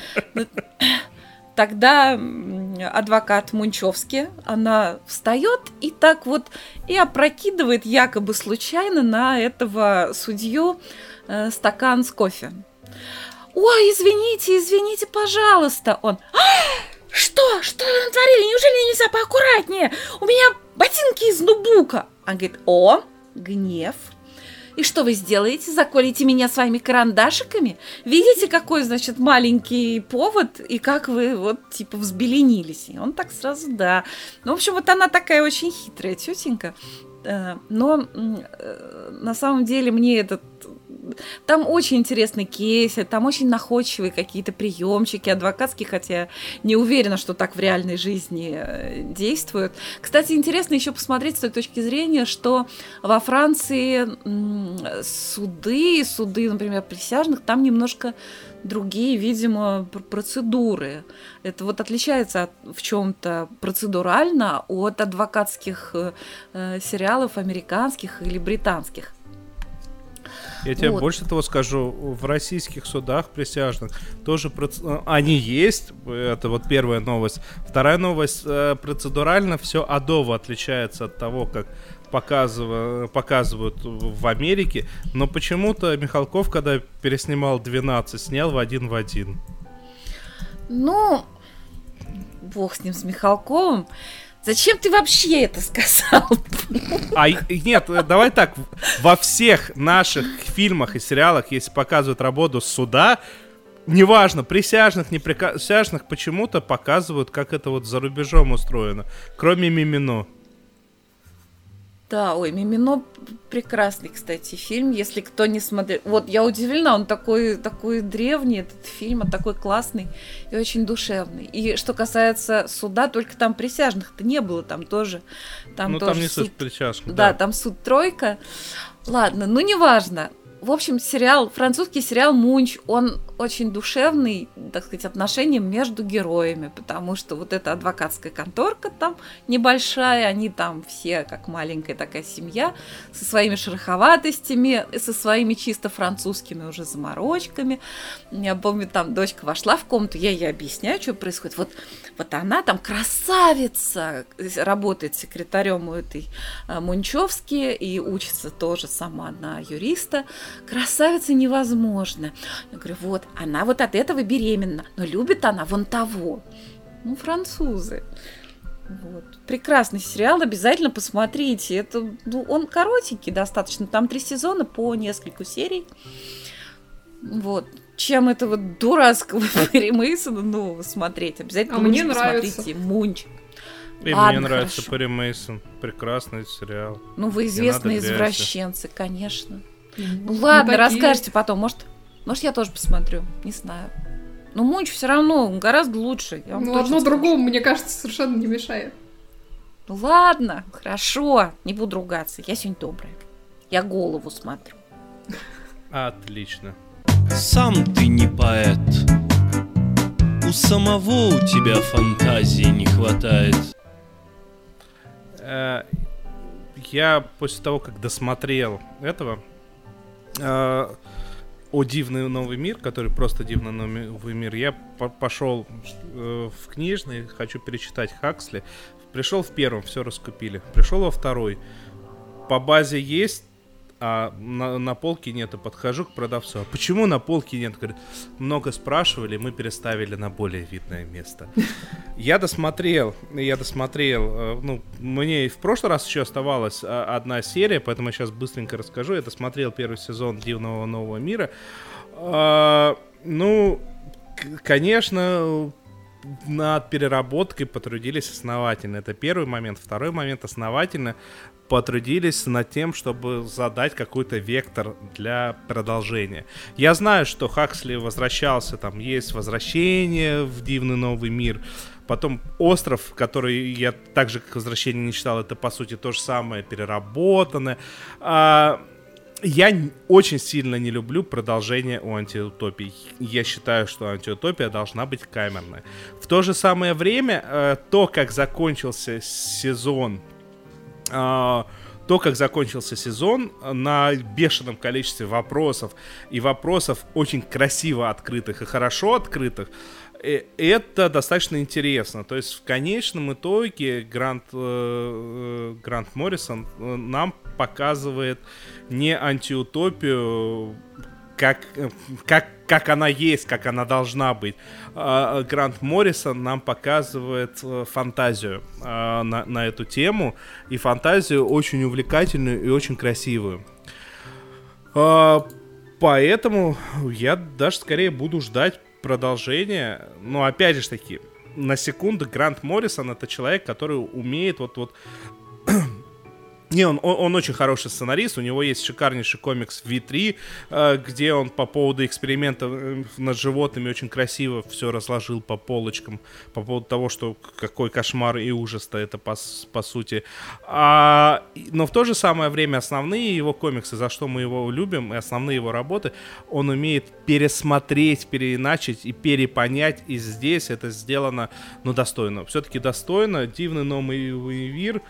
[SPEAKER 3] тогда адвокат Мунчевский, она встает и так вот и опрокидывает якобы случайно на этого судью стакан с кофе. Ой, извините, пожалуйста. Он: что вы натворили? Неужели нельзя поаккуратнее? У меня ботинки из ноутбука. Он говорит: о, гнев. И что вы сделаете? Заколите меня своими карандашиками? Видите, какой, значит, маленький повод, и как вы вот, типа, взбеленились. И он так сразу, да. Ну, в общем, вот она такая очень хитрая тетенька. Но на самом деле мне этот... Там очень интересный кейс, там очень находчивые какие-то приемчики адвокатские, хотя не уверена, что так в реальной жизни действуют. Кстати, интересно еще посмотреть с той точки зрения, что во Франции суды, например, присяжных, там немножко другие, видимо, процедуры. Это вот отличается в чем-то процедурально от адвокатских сериалов американских или британских.
[SPEAKER 2] Я тебе больше того скажу, в российских судах присяжных тоже они есть, это вот первая новость. Вторая новость, процедурально все адово отличается от того, как показывают в Америке, но почему-то Михалков, когда переснимал 12, снял в один.
[SPEAKER 3] Ну, бог с ним, с Михалковым. Зачем ты вообще это сказал?
[SPEAKER 2] Нет, давай так. Во всех наших фильмах и сериалах, если показывают работу суда, неважно, присяжных, не присяжных, почему-то показывают, как это вот за рубежом устроено. Кроме «Мимино».
[SPEAKER 3] Да, ой, «Мимино» прекрасный, кстати, фильм, если кто не смотрел. Вот, я удивлена, он такой древний, этот фильм, он такой классный и очень душевный. И что касается суда, только там присяжных-то не было, там тоже...
[SPEAKER 2] Там не суд присяжных.
[SPEAKER 3] Да, там суд тройка. Ладно, ну неважно. В общем, французский сериал «Мунч», он очень душевный, так сказать, отношением между героями, потому что вот эта адвокатская конторка там небольшая, они там все как маленькая такая семья, со своими шероховатостями, со своими чисто французскими уже заморочками. Я помню, там дочка вошла в комнату, я ей объясняю, что происходит. Вот она там красавица, работает секретарем у этой Мунчевски и учится тоже сама на юриста. Красавица невозможно. Я говорю: вот, она вот от этого беременна, но любит она вон того. Ну, французы. Вот. Прекрасный сериал, обязательно посмотрите. Это, он коротенький достаточно, там 3 сезона по несколько серий. Вот. Чем это вот дурацкого Перри Мейсона, смотреть. Обязательно
[SPEAKER 4] мне нравится.
[SPEAKER 3] Посмотрите «Мунч».
[SPEAKER 2] И мне нравится Перри Мейсон. Прекрасный сериал.
[SPEAKER 3] Ну, вы известные извращенцы, конечно. Ну ладно, расскажете потом. Может, я тоже посмотрю. Не знаю. Но «Мунч» все равно гораздо лучше.
[SPEAKER 4] Одно другому, мне кажется, совершенно не мешает.
[SPEAKER 3] Ну ладно, хорошо. Не буду ругаться. Я сегодня добрая. Я голову смотрю.
[SPEAKER 2] Отлично.
[SPEAKER 7] Сам ты не поэт. У самого у тебя фантазии не хватает.
[SPEAKER 2] Я после того, как досмотрел этого «О дивный новый мир», который просто «Дивный новый мир», я пошел в книжный, хочу перечитать Хаксли. Пришел в первом, все раскупили. Пришел во второй. По базе есть, а на полке нет. И подхожу к продавцу: а почему на полке нет? Говорит: много спрашивали, мы переставили на более видное место. Я досмотрел. Ну, мне в прошлый раз еще оставалась одна серия, поэтому я сейчас быстренько расскажу. Я досмотрел первый сезон «Дивного нового мира». Ну, конечно, над переработкой потрудились основательно. Это первый момент. Второй момент, основательно потрудились над тем, чтобы задать какой-то вектор для продолжения. Я знаю, что Хаксли возвращался, там есть возвращение в Дивный Новый Мир, потом Остров, который я так же, как Возвращение, не читал, это по сути то же самое, переработанное. Я очень сильно не люблю продолжение у антиутопий. Я считаю, что антиутопия должна быть камерной. В то же самое время, то, как закончился сезон, на бешеном количестве вопросов, и вопросов очень красиво открытых и хорошо открытых, это достаточно интересно. То есть в конечном итоге Грант Моррисон нам показывает не антиутопию, как она есть, как она должна быть. Грант Моррисон нам показывает фантазию на эту тему, и фантазию очень увлекательную и очень красивую. Поэтому я даже скорее буду ждать продолжение. Но опять же таки, на секунду, Грант Моррисон — это человек, который умеет вот Не, он очень хороший сценарист, у него есть шикарнейший комикс V3, где он по поводу экспериментов над животными очень красиво все разложил по полочкам, по поводу того, что какой кошмар и ужас-то это по сути. Но в то же самое время основные его комиксы, за что мы его любим, и основные его работы, он умеет пересмотреть, переиначить и перепонять, и здесь это сделано, достойно. Все-таки достойно. Дивный Новый Мир.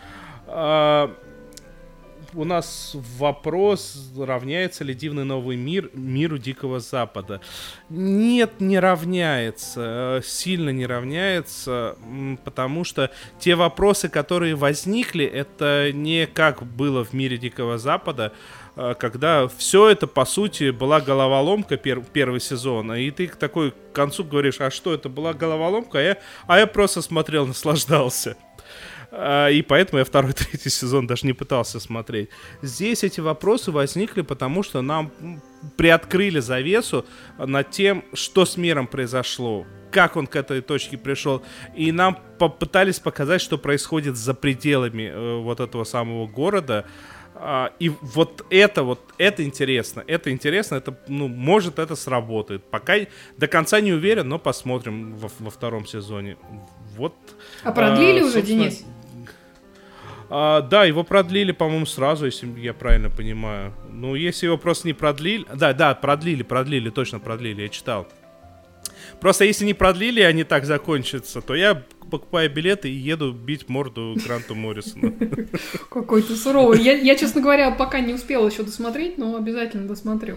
[SPEAKER 2] У нас вопрос, равняется ли Дивный Новый Мир миру Дикого Запада. Нет, не равняется, сильно не равняется, потому что те вопросы, которые возникли, это не как было в мире Дикого Запада, когда все это, по сути, была головоломка первый сезон, и ты такой к концу говоришь, а что, это была головоломка, а я просто смотрел, наслаждался. И поэтому я второй, третий сезон даже не пытался смотреть. Здесь эти вопросы возникли, потому что нам приоткрыли завесу над тем, что с миром произошло, как он к этой точке пришел. И нам попытались показать, что происходит за пределами вот этого самого города. И вот это интересно. Это интересно, это, может, это сработает. Пока до конца не уверен, но посмотрим во втором сезоне. Вот.
[SPEAKER 4] А продлили уже, Денис?
[SPEAKER 2] Да, его продлили, по-моему, сразу, если я правильно понимаю. Если его просто не продлили... Да, продлили, точно продлили, я читал. Просто если не продлили, а не так закончится, то я покупаю билеты и еду бить морду Гранту Моррисону.
[SPEAKER 4] Какой ты суровый. Я, честно говоря, пока не успела еще досмотреть, но обязательно досмотрю.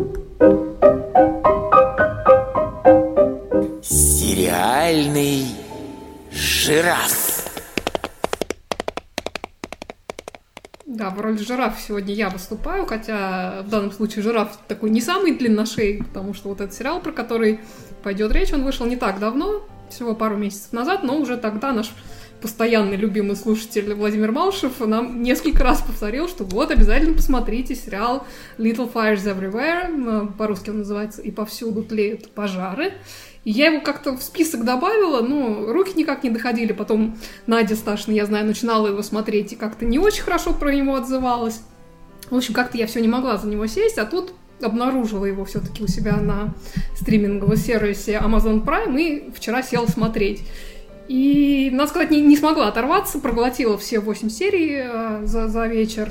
[SPEAKER 1] Сериальный жираф.
[SPEAKER 4] Да, в роли жирафа сегодня я выступаю, хотя в данном случае жираф такой не самый длинношей, потому что вот этот сериал, про который пойдет речь, он вышел не так давно, всего пару месяцев назад, но уже тогда наш постоянный любимый слушатель Владимир Малышев нам несколько раз повторил, что вот обязательно посмотрите сериал Little Fires Everywhere, по-русски он называется «И повсюду тлеют пожары». И я его как-то в список добавила, но руки никак не доходили. Потом Надя Сташина, я знаю, начинала его смотреть и как-то не очень хорошо про него отзывалась. В общем, как-то я все не могла за него сесть, а тут обнаружила его все-таки у себя на стриминговом сервисе Amazon Prime и вчера села смотреть. И, надо сказать, не смогла оторваться, проглотила все 8 серий за вечер.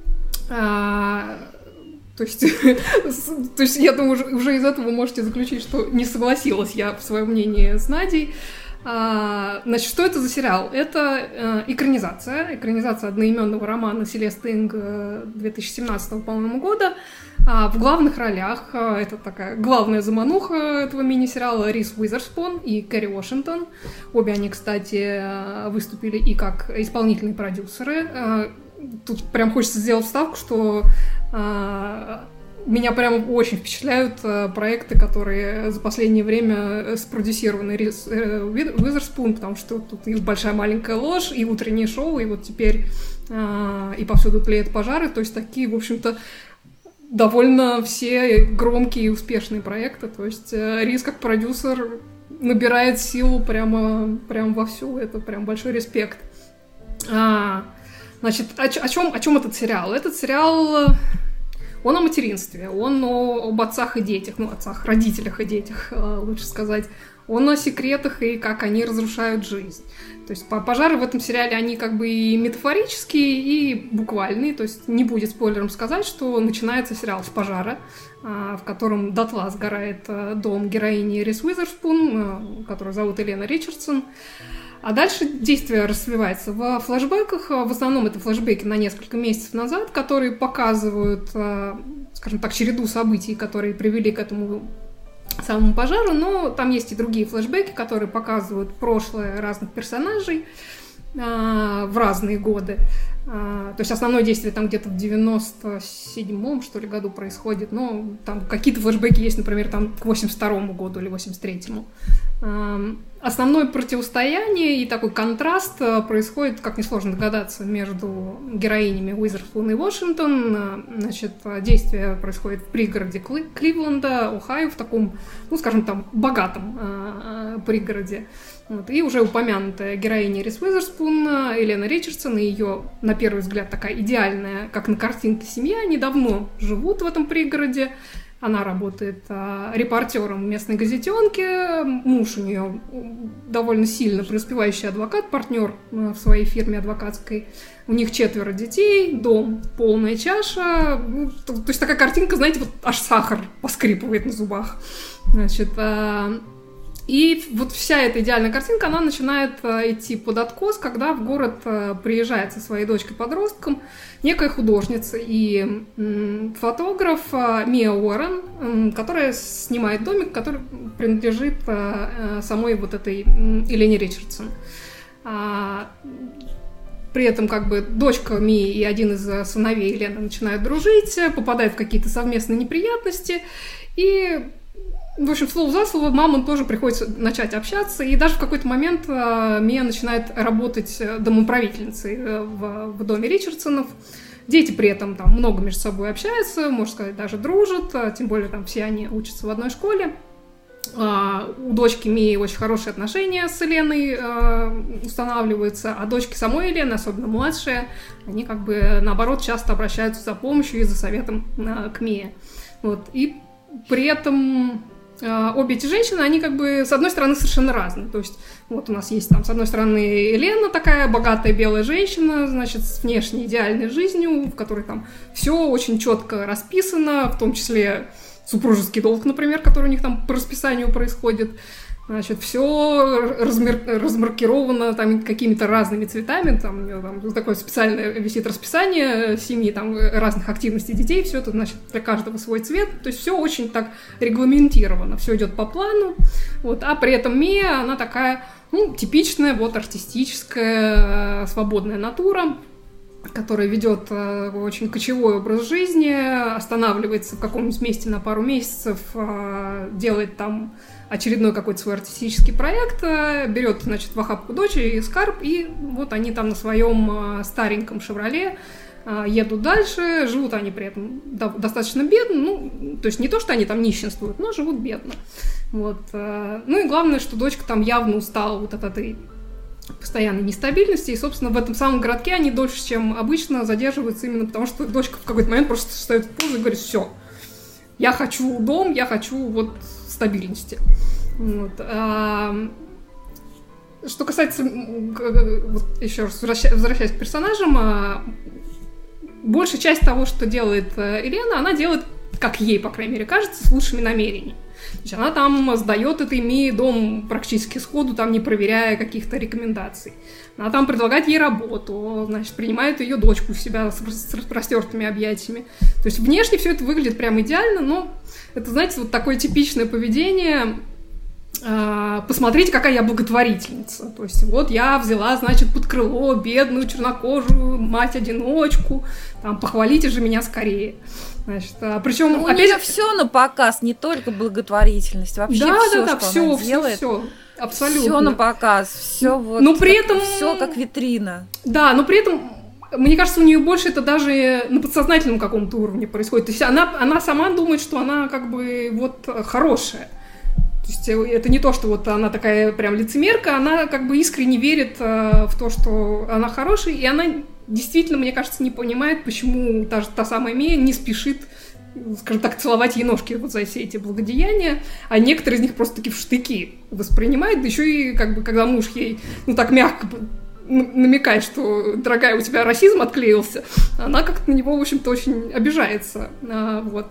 [SPEAKER 4] То есть, я думаю, уже из этого вы можете заключить, что не согласилась я в своем мнении с Надей. Значит, что это за сериал? Это экранизация одноименного романа Селесты Инг 2017, по-моему, года. В главных ролях, это такая главная замануха этого мини-сериала, Риз Уизерспун и Кэрри Уошингтон. Обе они, кстати, выступили и как исполнительные продюсеры. Тут прям хочется сделать вставку, что меня прям очень впечатляют проекты, которые за последнее время спродюсированы Риз Уизерспун, потому что тут и «Большая маленькая ложь», и «Утреннее шоу», и вот теперь «И повсюду тлеют пожары», то есть такие, в общем-то, довольно все громкие и успешные проекты. То есть Риз как продюсер набирает силу прямо вовсю. Это прям большой респект. Значит, о чем этот сериал? Этот сериал, он о материнстве, он об отцах и детях, отцах, родителях и детях, лучше сказать. Он о секретах и как они разрушают жизнь. То есть пожары в этом сериале, они как бы и метафорические, и буквальные. То есть не будет спойлером сказать, что начинается сериал с пожара, в котором дотла сгорает дом героини Риз Уизерспун, которую зовут Елена Ричардсон. А дальше действие развивается в флешбеках. В основном это флешбеки на несколько месяцев назад, которые показывают, скажем так, череду событий, которые привели к этому самому пожару, но там есть и другие флешбеки, которые показывают прошлое разных персонажей в разные годы. То есть основное действие там где-то в 97-м, что ли, году происходит, но там какие-то флешбеки есть, например, там к 82-му году или 83-му. Основное противостояние и такой контраст происходит, как несложно догадаться, между героинями Уизерспун и Вашингтон. Значит, действие происходит в пригороде Кливленда, Ohio, в таком, скажем, там, богатом пригороде. Вот. И уже упомянутая героиня Риз Уизерспун, Елена Ричардсон, и ее, на первый взгляд, такая идеальная, как на картинке, семья. Они давно живут в этом пригороде. Она работает репортером в местной газетенке. Муж у нее довольно сильно преуспевающий адвокат, партнер в своей фирме адвокатской. У них 4 детей, дом полная чаша. То есть такая картинка, знаете, вот аж сахар поскрипывает на зубах. Значит, и вот вся эта идеальная картинка, она начинает идти под откос, когда в город приезжает со своей дочкой-подростком некая художница и фотограф Мия Уоррен, которая снимает домик, который принадлежит самой вот этой Елене Ричардсон. При этом как бы дочка Мии и один из сыновей Елены начинают дружить, попадают в какие-то совместные неприятности, и в общем, слово за слово, мамам тоже приходится начать общаться, и даже в какой-то момент Мия начинает работать домоуправительницей в доме Ричардсонов. Дети при этом там много между собой общаются, можно сказать, даже дружат, тем более там все они учатся в одной школе. У дочки Мии очень хорошие отношения с Еленой устанавливаются, а дочки самой Елены, особенно младшие, они как бы наоборот часто обращаются за помощью и за советом к Мии. Вот. И при этом обе эти женщины, они как бы, с одной стороны, совершенно разные. То есть, вот у нас есть там, с одной стороны, Елена, такая богатая белая женщина, значит, с внешней идеальной жизнью, в которой там все очень четко расписано, в том числе супружеский долг, например, который у них там по расписанию происходит. Значит, все размаркировано там какими-то разными цветами, там у нее там такое специальное висит расписание семьи, там разных активностей детей, все это, значит, для каждого свой цвет, то есть все очень так регламентировано, все идет по плану, вот, а при этом Мия, она такая, типичная, вот, артистическая, свободная натура, которая ведет очень кочевой образ жизни, останавливается в каком-нибудь месте на пару месяцев, делает там очередной какой-то свой артистический проект, берет, значит, в охапку дочь и скарб, и вот они там на своем стареньком «Шевроле» едут дальше, живут они при этом достаточно бедно, то есть не то, что они там нищенствуют, но живут бедно. Вот. Ну и главное, что дочка там явно устала вот от этой постоянной нестабильности, и, собственно, в этом самом городке они дольше, чем обычно, задерживаются именно потому, что дочка в какой-то момент просто встает в позу и говорит: все, я хочу дом, я хочу вот стабильности. Вот. Что касается, вот еще раз возвращаясь к персонажам, большая часть того, что делает Елена, она делает, как ей, по крайней мере, кажется, с лучшими намерениями. То есть она там сдает этой Мии дом практически сходу, там не проверяя каких-то рекомендаций. Она там предлагает ей работу, значит, принимает ее дочку у себя с распростертыми объятиями. То есть внешне все это выглядит прям идеально, но это, знаете, вот такое типичное поведение. Посмотрите, какая я благотворительница. То есть вот я взяла, значит, под крыло бедную чернокожую мать-одиночку, там, похвалите же меня скорее. Значит, причем
[SPEAKER 3] опять же все на показ, не только благотворительность, вообще все, она делает.
[SPEAKER 4] Все, абсолютно.
[SPEAKER 3] Все на показ, все вот.
[SPEAKER 4] Но при этом
[SPEAKER 3] все как витрина.
[SPEAKER 4] Да, но при этом мне кажется, у нее больше это даже на подсознательном каком-то уровне происходит. То есть она сама думает, что она как бы вот хорошая. То есть это не то, что вот она такая прям лицемерка, она как бы искренне верит в то, что она хорошая, и она действительно, мне кажется, не понимает, почему та самая Мия не спешит, скажем так, целовать ей ножки вот за все эти благодеяния, а некоторые из них просто таки в штыки воспринимает, да еще и как бы, когда муж ей, ну так мягко намекает, что, дорогая, у тебя расизм отклеился, она как-то на него, в общем-то, очень обижается, вот.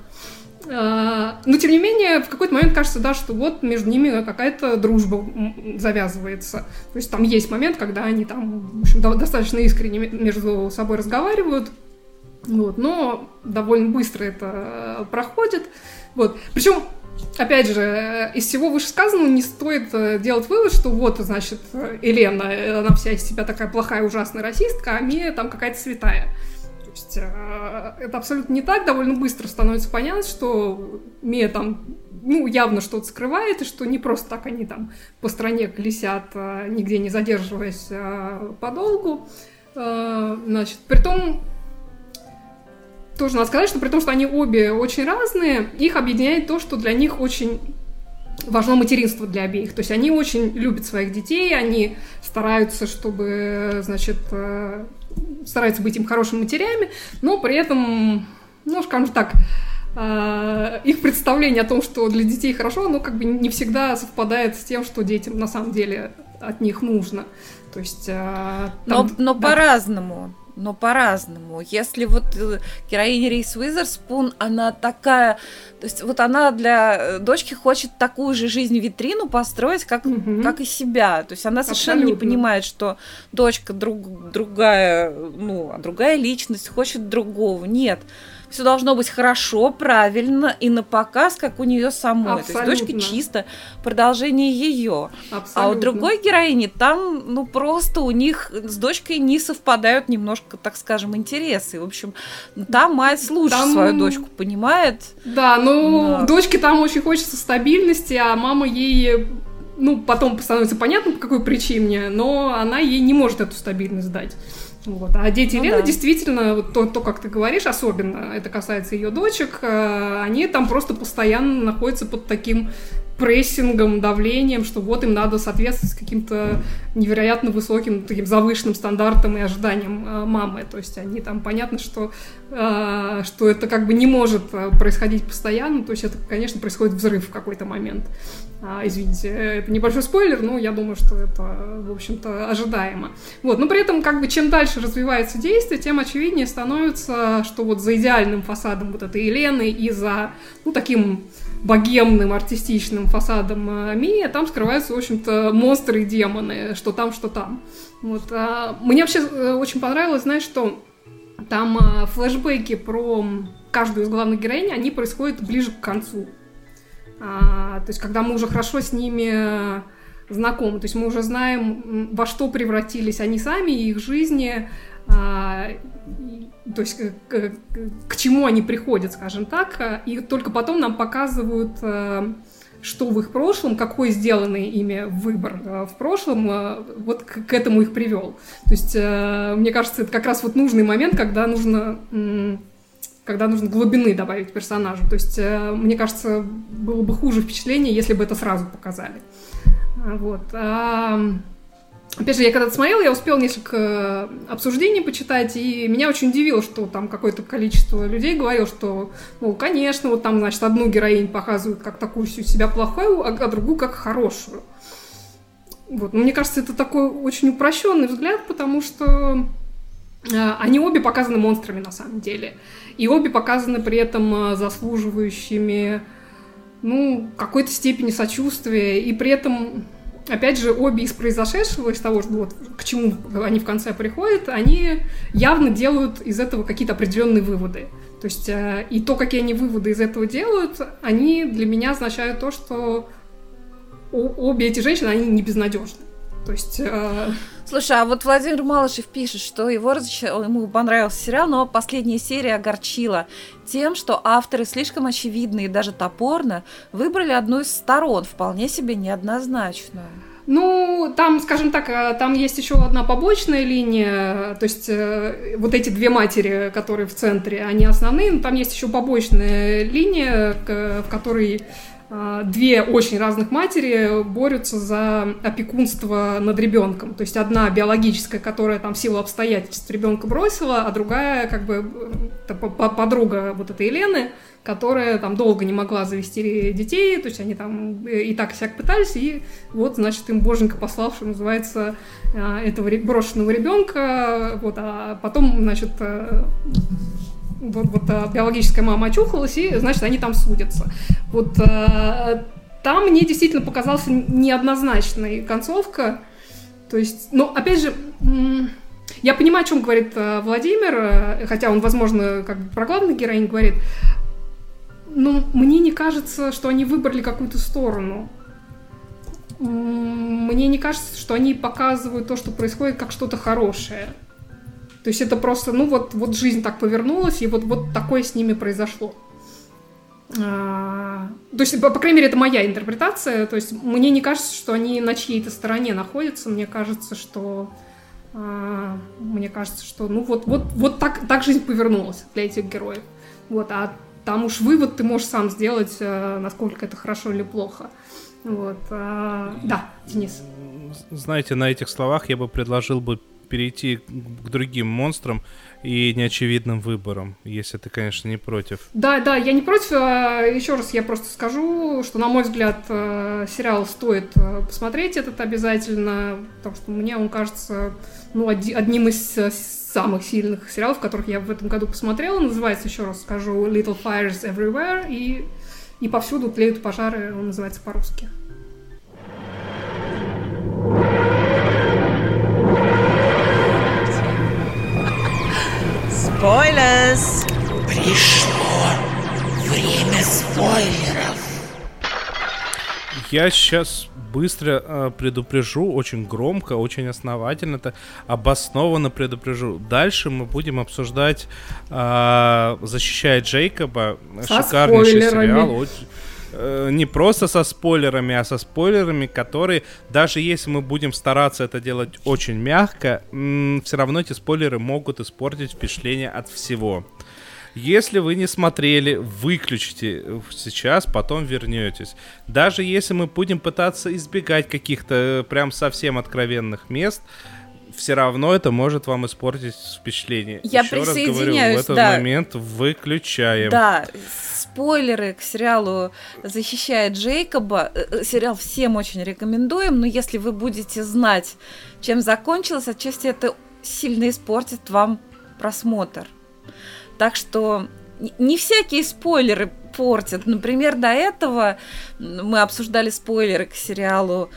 [SPEAKER 4] Но, тем не менее, в какой-то момент кажется, да, что вот между ними какая-то дружба завязывается. То есть там есть момент, когда они там, в общем, достаточно искренне между собой разговаривают, вот, но довольно быстро это проходит. Вот. Причем, опять же, из всего вышесказанного не стоит делать вывод, что вот, значит, Елена, она вся из себя такая плохая, ужасная расистка, а Мия там какая-то святая. То есть это абсолютно не так, довольно быстро становится понятно, что Мия там, ну, явно что-то скрывает, и что не просто так они там по стране колесят, нигде не задерживаясь подолгу. Значит, притом, тоже надо сказать, что при том, что они обе очень разные, их объединяет то, что для них очень важно материнство для обеих. То есть они очень любят своих детей, они стараются, чтобы, значит, стараются быть им хорошими матерями, но при этом, ну, скажем так, их представление о том, что для детей хорошо, оно как бы не всегда совпадает с тем, что детям на самом деле от них нужно. То есть,
[SPEAKER 3] но
[SPEAKER 4] да.
[SPEAKER 3] По-разному. Но по-разному. Если вот героиня Риз Уизерспун, она такая... То есть вот она для дочки хочет такую же жизнь-витрину построить, как и себя. То есть она совершенно не понимает, что дочка другая, ну, другая личность, хочет другого. Нет. Все должно быть хорошо, правильно и на показ, как у нее самой. Абсолютно. То есть дочка чисто продолжение ее. А у другой героини там, ну, просто у них с дочкой не совпадают немножко, так скажем, интересы. В общем, там мать лучше свою дочку понимает.
[SPEAKER 4] Да, ну, дочке там очень хочется стабильности, а мама ей, ну, потом становится понятно, по какой причине, но она ей не может эту стабильность дать. Вот. А дети Елены действительно, вот то, как ты говоришь, особенно это касается ее дочек, они там просто постоянно находятся под таким прессингом, давлением, что вот им надо соответствовать каким-то невероятно высоким, таким завышенным стандартам и ожиданиям мамы. То есть они там, понятно, что это как бы не может происходить постоянно, то есть это, конечно, происходит взрыв в какой-то момент. Извините, это небольшой спойлер, но я думаю, что это, в общем-то, ожидаемо. Вот, но при этом, как бы, чем дальше развивается действие, тем очевиднее становится, что вот за идеальным фасадом вот этой Елены и за, ну, таким богемным, артистичным фасадом Мии там скрываются, в общем-то, монстры и демоны, что там, что там. Вот. Мне вообще очень понравилось, знаешь, что там флешбеки про каждую из главных героинь, они происходят ближе к концу. То есть, когда мы уже хорошо с ними знакомы, то есть мы уже знаем, во что превратились они сами и их жизни, то есть к чему они приходят, скажем так, и только потом нам показывают, что в их прошлом, какой сделанный ими выбор в прошлом, вот к этому их привел. То есть, мне кажется, это как раз вот нужный момент, когда нужно глубины добавить персонажу. То есть, мне кажется, было бы хуже впечатление, если бы это сразу показали. Вот. Опять же, я когда-то смотрела, я успела несколько обсуждений почитать, и меня очень удивило, что там какое-то количество людей говорило, что, ну, конечно, вот там, значит, одну героиню показывают как такую всю себя плохую, а другую как хорошую. Вот. Но мне кажется, это такой очень упрощенный взгляд, потому что они обе показаны монстрами на самом деле. И обе показаны при этом заслуживающими, ну, какой-то степени сочувствия, и при этом, опять же, обе из произошедшего, из того, что вот к чему они в конце приходят, они явно делают из этого какие-то определенные выводы. То есть и то, какие они выводы из этого делают, они для меня означают то, что обе эти женщины, они не безнадежны. То есть...
[SPEAKER 3] Слушай, а вот Владимир Малышев пишет, что ему понравился сериал, но последняя серия огорчила тем, что авторы слишком очевидно и даже топорно выбрали одну из сторон, вполне себе неоднозначную.
[SPEAKER 4] Ну, там, скажем так, там есть еще одна побочная линия, то есть вот эти две матери, которые в центре, они основные, но там есть еще побочная линия, в которой две очень разных матери борются за опекунство над ребенком. То есть одна биологическая, которая там в силу обстоятельств ребенка бросила, а другая как бы подруга вот этой Елены, которая там долго не могла завести детей, то есть они там и так и сяк пытались, и вот, значит, им боженька послал, что называется, этого брошенного ребенка, вот, а потом, значит, биологическая мама очухалась, и, значит, они там судятся. Вот там мне действительно показалась неоднозначная концовка. То есть, ну, опять же, я понимаю, о чем говорит Владимир, хотя он, возможно, как бы про главную героиню говорит, но мне не кажется, что они выбрали какую-то сторону. Мне не кажется, что они показывают то, что происходит, как что-то хорошее. То есть это просто, ну вот жизнь так повернулась, и вот такое с ними произошло. То есть, по крайней мере, это моя интерпретация. То есть мне не кажется, что они на чьей-то стороне находятся. Мне кажется, что ну вот так жизнь повернулась для этих героев. Вот, а там уж вывод ты можешь сам сделать, насколько это хорошо или плохо. Вот, да, Денис.
[SPEAKER 2] Знаете, на этих словах я бы предложил бы перейти к другим монстрам и неочевидным выборам, если ты, конечно, не против.
[SPEAKER 4] Да, я не против. Еще раз я просто скажу, что, на мой взгляд, сериал стоит посмотреть этот обязательно, потому что мне он кажется, ну, одним из самых сильных сериалов, которых я в этом году посмотрела. Называется, еще раз скажу, Little Fires Everywhere, и повсюду тлеют пожары, он называется по-русски.
[SPEAKER 1] Спойлерс! Пришло время спойлеров.
[SPEAKER 2] Я сейчас быстро предупрежу, очень громко, очень основательно, это обоснованно предупрежу. Дальше мы будем обсуждать «Защищая Джейкоба».
[SPEAKER 4] Со
[SPEAKER 2] шикарнейший
[SPEAKER 4] спойлерами.
[SPEAKER 2] Сериал. Не просто со спойлерами, а со спойлерами, которые, даже если мы будем стараться это делать очень мягко, все равно эти спойлеры могут испортить впечатление от всего. Если вы не смотрели, выключите сейчас, потом вернетесь. Даже если мы будем пытаться избегать каких-то прям совсем откровенных мест, все равно это может вам испортить впечатление.
[SPEAKER 3] Я
[SPEAKER 2] еще раз
[SPEAKER 3] присоединяюсь,
[SPEAKER 2] говорю, в этот момент выключаем.
[SPEAKER 3] Да, спойлеры к сериалу «Защищая Джейкоба». Сериал всем очень рекомендуем, но если вы будете знать, чем закончилось, отчасти это сильно испортит вам просмотр. Так что не всякие спойлеры портят. Например, до этого мы обсуждали спойлеры к сериалу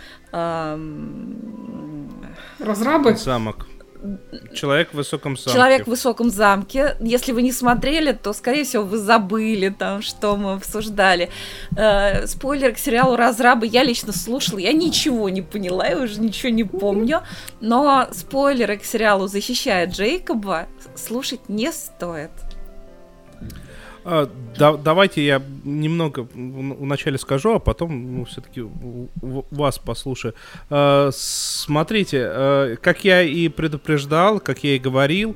[SPEAKER 4] «Разрабы».
[SPEAKER 2] Замок. «Человек в высоком замке».
[SPEAKER 3] «Человек в высоком замке». Если вы не смотрели, то, скорее всего, вы забыли, там, что мы обсуждали. Спойлер к сериалу «Разрабы» я лично слушала, я ничего не поняла, я уже ничего не помню. Но спойлеры к сериалу «Защищая Джейкоба» слушать не стоит.
[SPEAKER 2] Давайте я немного вначале скажу, а потом все-таки вас послушаю. Смотрите, как я и предупреждал, как я и говорил,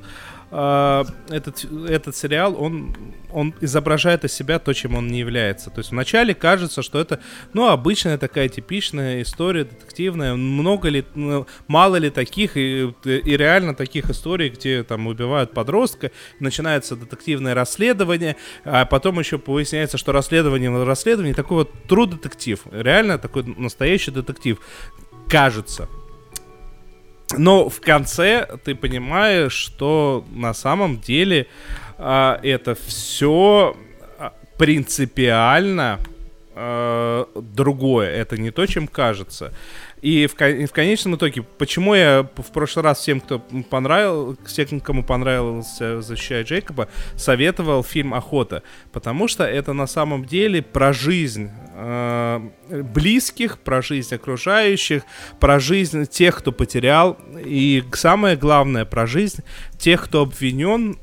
[SPEAKER 2] этот сериал, он изображает из себя то, чем он не является. То есть вначале кажется, что это, ну, обычная такая типичная история детективная. Мало ли таких и реально таких историй, где там убивают подростка, начинается детективное расследование, а потом еще выясняется, что расследование такой вот true детектив, реально такой настоящий детектив, кажется. Но в конце ты понимаешь, что на самом деле это все принципиально другое. Это не то, чем кажется. И в конечном итоге, почему я в прошлый раз всем, кому понравился «Защищая Джейкоба», советовал фильм «Охота». Потому что это на самом деле про жизнь близких, про жизнь окружающих, про жизнь тех, кто потерял. И самое главное, про жизнь тех, кто обвинен.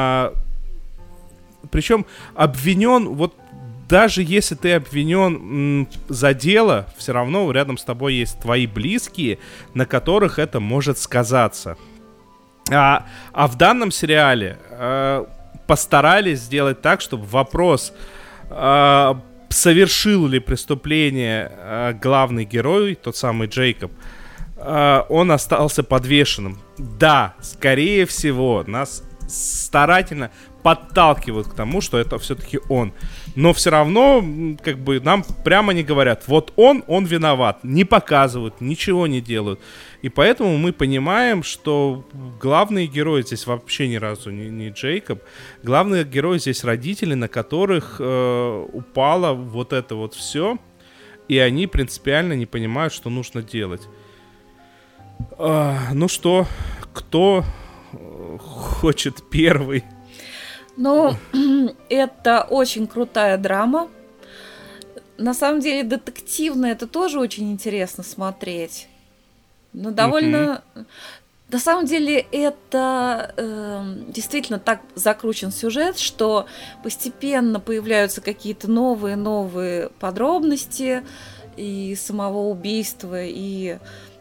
[SPEAKER 2] Причем обвинен вот. Даже если ты обвинен за дело, все равно рядом с тобой есть твои близкие, на которых это может сказаться. А в данном сериале постарались сделать так, чтобы вопрос совершил ли преступление главный герой, тот самый Джейкоб, он остался подвешенным. Да, скорее всего, нас старательно подталкивают к тому, что это все-таки он. Но все равно, как бы, нам прямо не говорят, вот он виноват. Не показывают, ничего не делают. И поэтому мы понимаем, что главные герои здесь вообще ни разу не Джейкоб. Главные герои здесь родители, на которых упало вот это вот все. И они принципиально не понимают, что нужно делать. Ну что, кто хочет первый?
[SPEAKER 3] Ну, это очень крутая драма. На самом деле, детективно это тоже очень интересно смотреть. Но довольно... На самом деле, это действительно так закручен сюжет, что постепенно появляются какие-то новые подробности и самого убийства, и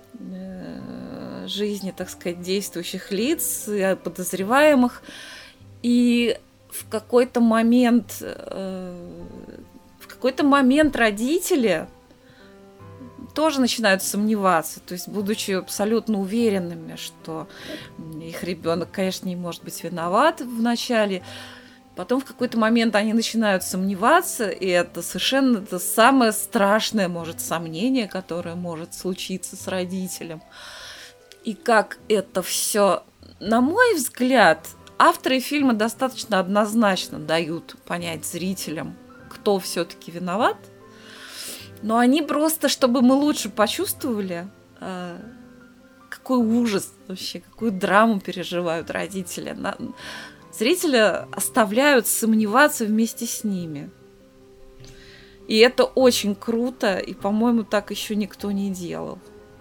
[SPEAKER 3] жизни, так сказать, действующих лиц, и подозреваемых. И в какой-то момент родители тоже начинают сомневаться, то есть будучи абсолютно уверенными, что их ребенок, конечно, не может быть виноват в начале. Потом в какой-то момент они начинают сомневаться, и это совершенно это самое страшное, может, сомнение, которое может случиться с родителем. И как это все, на мой взгляд, авторы фильма достаточно однозначно дают понять зрителям, кто все-таки виноват. Но они просто, чтобы мы лучше почувствовали, какой ужас вообще, какую драму переживают родители. Зрителя оставляют сомневаться вместе с ними. И это очень круто, и, по-моему, так еще никто не делал.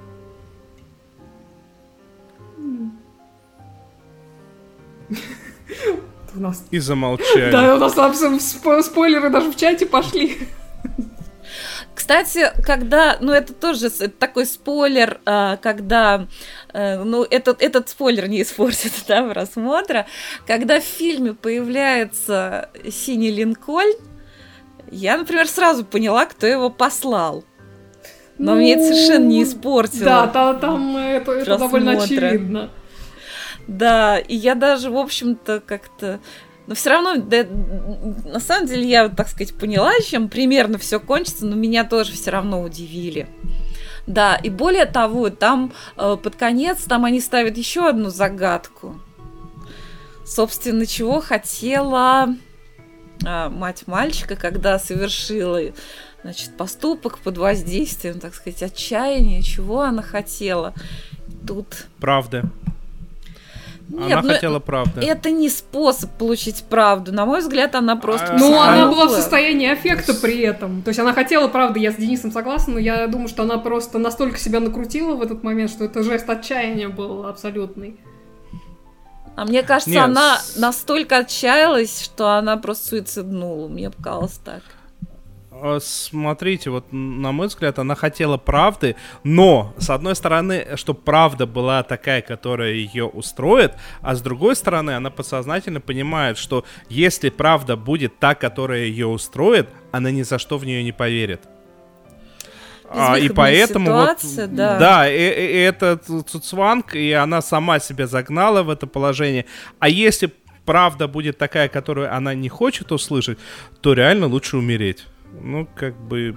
[SPEAKER 4] У нас...
[SPEAKER 2] И замолчали.
[SPEAKER 4] Да, у нас спойлеры даже в чате пошли.
[SPEAKER 3] Кстати, когда, ну это тоже такой спойлер, когда, ну этот спойлер не испортит, да, просмотра, когда в фильме появляется синий Линкольн, я, например, сразу поняла, кто его послал. Но мне это совершенно не испортило.
[SPEAKER 4] Да, там это довольно очевидно.
[SPEAKER 3] Да, и я даже, в общем-то, как-то... Но все равно, да, на самом деле, я, так сказать, поняла, чем примерно все кончится, но меня тоже все равно удивили. Да, и более того, там под конец, там они ставят еще одну загадку. Собственно, чего хотела мать мальчика, когда совершила, значит, поступок под воздействием, так сказать, отчаяния, чего она хотела. Тут...
[SPEAKER 2] Правда.
[SPEAKER 3] Нет,
[SPEAKER 2] она хотела правды.
[SPEAKER 3] Это не способ получить правду. На мой взгляд, она просто...
[SPEAKER 4] Ну, она была в состоянии аффекта при этом. То есть она хотела правды, я с Денисом согласна, но я думаю, что она просто настолько себя накрутила в этот момент, что это жест отчаяния был абсолютный.
[SPEAKER 3] А мне кажется, она настолько отчаялась, что она просто суициднула. Мне показалось так.
[SPEAKER 2] Смотрите, вот на мой взгляд, она хотела правды, но, с одной стороны, чтобы правда была такая, которая ее устроит, а с другой стороны, она подсознательно понимает, что если правда будет та, которая ее устроит, она ни за что в нее не поверит. И поэтому
[SPEAKER 3] ситуация,
[SPEAKER 2] вот,
[SPEAKER 3] да,
[SPEAKER 2] это цуцванг, и она сама себя загнала в это положение. А если правда будет такая, которую она не хочет услышать, то реально лучше умереть. Ну, как бы...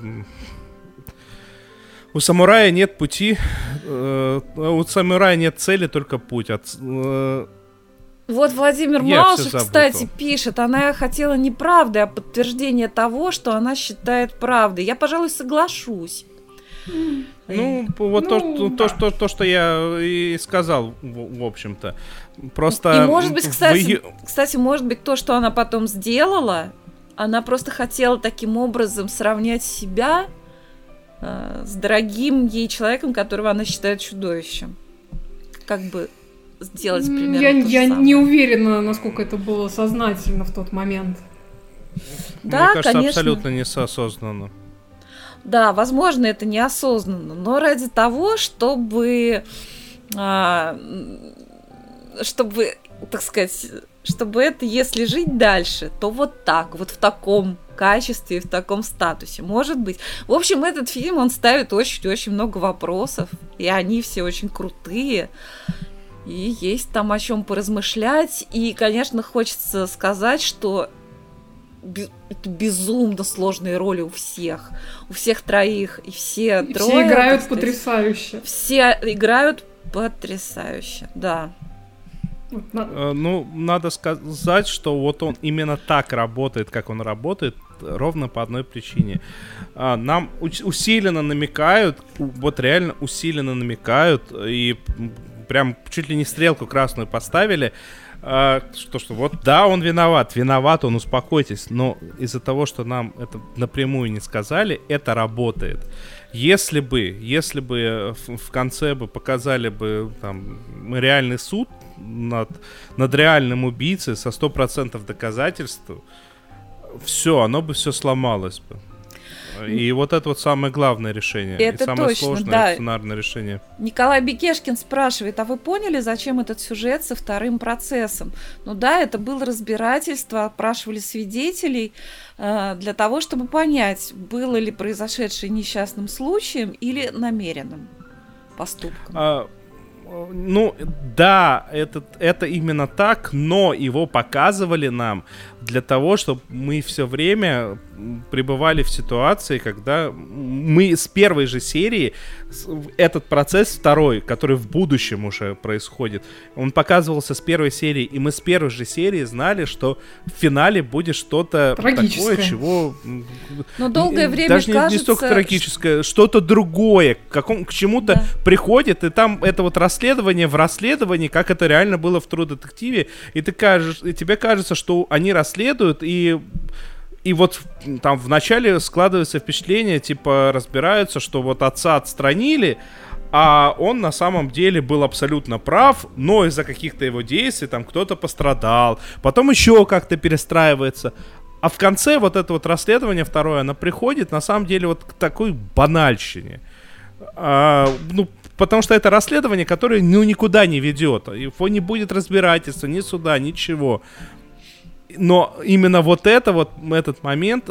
[SPEAKER 2] У самурая нет пути, у самурая нет цели, только путь.
[SPEAKER 3] Вот Владимир Малышев, кстати, пишет, она хотела не правды, а подтверждение того, что она считает правдой. Я, пожалуй, соглашусь.
[SPEAKER 2] Ну, вот то, что я и сказал, в общем-то. Просто...
[SPEAKER 3] И, может быть, кстати, может быть, то, что она потом сделала... Она просто хотела таким образом сравнять себя с дорогим ей человеком, которого она считает чудовищем. Как бы сделать примерно то же
[SPEAKER 4] Я
[SPEAKER 3] самое.
[SPEAKER 4] не уверена, насколько это было сознательно в тот момент.
[SPEAKER 3] Да,
[SPEAKER 2] мне кажется,
[SPEAKER 3] конечно.
[SPEAKER 2] абсолютно несознанно.
[SPEAKER 3] Да, возможно, это неосознанно, но ради того, чтобы, так сказать, чтобы это, если жить дальше, то вот так, вот в таком качестве, в таком статусе. Может быть. В общем, этот фильм, он ставит очень-очень много вопросов, и они все очень крутые. И есть там о чем поразмышлять. И, конечно, хочется сказать, что это безумно сложные роли у всех троих, и все трое.
[SPEAKER 4] Все играют потрясающе.
[SPEAKER 3] Все играют потрясающе, да.
[SPEAKER 2] Ну, надо сказать, что вот он именно так работает, как он работает, ровно по одной причине. Нам усиленно намекают, вот реально усиленно намекают, и прям чуть ли не стрелку красную поставили, что вот да, он виноват он, успокойтесь, но из-за того, что нам это напрямую не сказали, это работает. Если бы в конце бы показали бы там реальный суд над реальным убийцей со 100% доказательств, все, оно бы все сломалось бы. И вот это вот самое главное решение.
[SPEAKER 3] Это
[SPEAKER 2] и самое
[SPEAKER 3] точно,
[SPEAKER 2] сложное
[SPEAKER 3] да.
[SPEAKER 2] сценарное решение.
[SPEAKER 3] Николай Бекешкин спрашивает, а вы поняли, зачем этот сюжет со вторым процессом? Ну да, это было разбирательство, опрашивали свидетелей для того, чтобы понять, было ли произошедшее несчастным случаем или намеренным поступком.
[SPEAKER 2] Ну, да, это именно так, но его показывали нам для того, чтобы мы все время пребывали в ситуации, когда мы с первой же серии, этот процесс второй, который в будущем уже происходит, он показывался с первой серии, и мы с первой же серии знали, что в финале будет что-то такое, чего...
[SPEAKER 3] Но долгое время
[SPEAKER 2] даже
[SPEAKER 3] кажется...
[SPEAKER 2] не столько трагическое, что-то другое, к чему-то приходит, и там это вот расследование в расследовании, как это реально было в True Detective, и тебе кажется, что они расследуют, и вот там вначале складывается впечатление, типа разбираются, что вот отца отстранили, а он на самом деле был абсолютно прав, но из-за каких-то его действий там кто-то пострадал, потом еще как-то перестраивается. А в конце вот это вот расследование второе, оно приходит на самом деле вот к такой банальщине. Потому что это расследование, которое никуда не ведет. Его не будет разбирательства, ни суда, ничего. Но именно вот этот момент,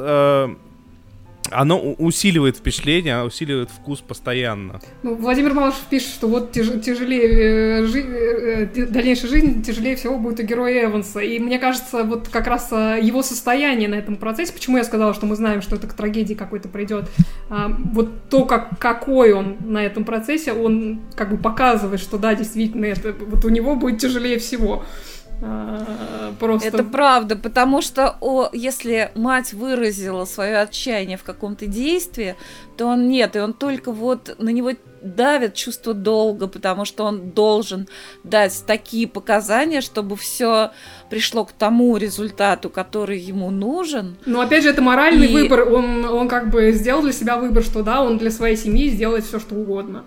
[SPEAKER 2] оно усиливает впечатление, оно усиливает вкус постоянно.
[SPEAKER 4] Ну, Владимир Малышев пишет, что вот тяжелее дальнейшая жизнь тяжелее всего будет у героя Эванса. И мне кажется, вот как раз его состояние на этом процессе, почему я сказала, что мы знаем, что это к трагедии какой-то придет, вот то, какой он на этом процессе, он как бы показывает, что да, действительно, это вот у него будет тяжелее всего. Просто...
[SPEAKER 3] Это правда, потому что если мать выразила свое отчаяние в каком-то действии, то он нет, и он только вот на него давит чувство долга, потому что он должен дать такие показания, чтобы все пришло к тому результату, который ему нужен.
[SPEAKER 4] Но опять же, это моральный выбор, он как бы сделал для себя выбор, что да, он для своей семьи сделает все, что угодно.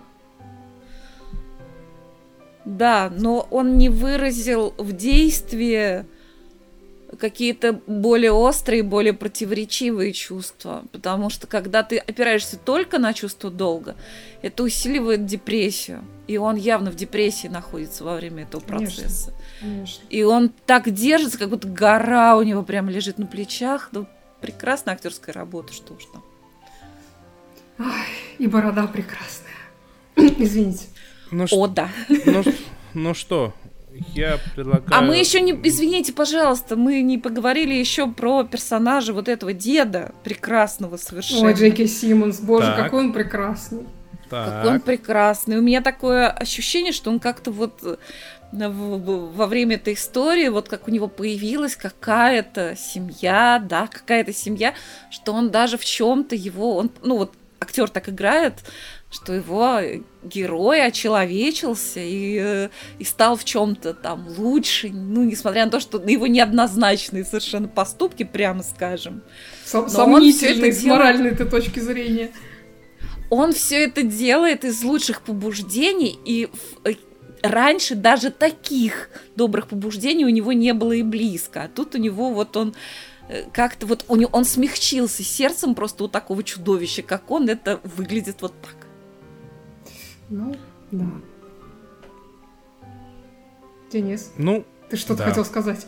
[SPEAKER 3] Да, но он не выразил в действии какие-то более острые, более противоречивые чувства, потому что когда ты опираешься только на чувство долга, это усиливает депрессию, и он явно в депрессии находится во время этого процесса.
[SPEAKER 4] Конечно.
[SPEAKER 3] И он так держится, как будто гора у него прямо лежит на плечах. Ну, прекрасная актерская работа, что уж там.
[SPEAKER 4] Ай, и борода прекрасная. Извините.
[SPEAKER 3] Да.
[SPEAKER 2] Ну что, я предлагаю...
[SPEAKER 3] А мы еще не... Извините, пожалуйста, мы не поговорили еще про персонажа вот этого деда, прекрасного совершенно.
[SPEAKER 4] Ой, Джеки Симмонс, боже, какой он прекрасный.
[SPEAKER 3] Какой он прекрасный. У меня такое ощущение, что он как-то вот во время этой истории, вот как у него появилась какая-то семья, что он даже в чем-то актер так играет, что его герой очеловечился и стал в чем-то там лучше, несмотря на то, что на его неоднозначные совершенно поступки, прямо скажем.
[SPEAKER 4] Сомнительный с моральной точки зрения.
[SPEAKER 3] Он все это делает из лучших побуждений, и раньше даже таких добрых побуждений у него не было и близко. А тут у него вот он как-то вот он смягчился сердцем просто у такого чудовища, как он, это выглядит вот так.
[SPEAKER 4] Ну, да. Денис?
[SPEAKER 2] Ну,
[SPEAKER 4] Ты что-то хотел сказать?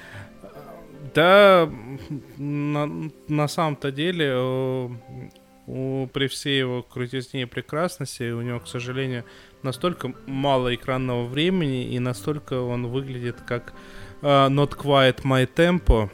[SPEAKER 2] Да, на самом-то деле, при всей его крутизне и прекрасности, у него, к сожалению, настолько мало экранного времени, и настолько он выглядит как Not Quite My Tempo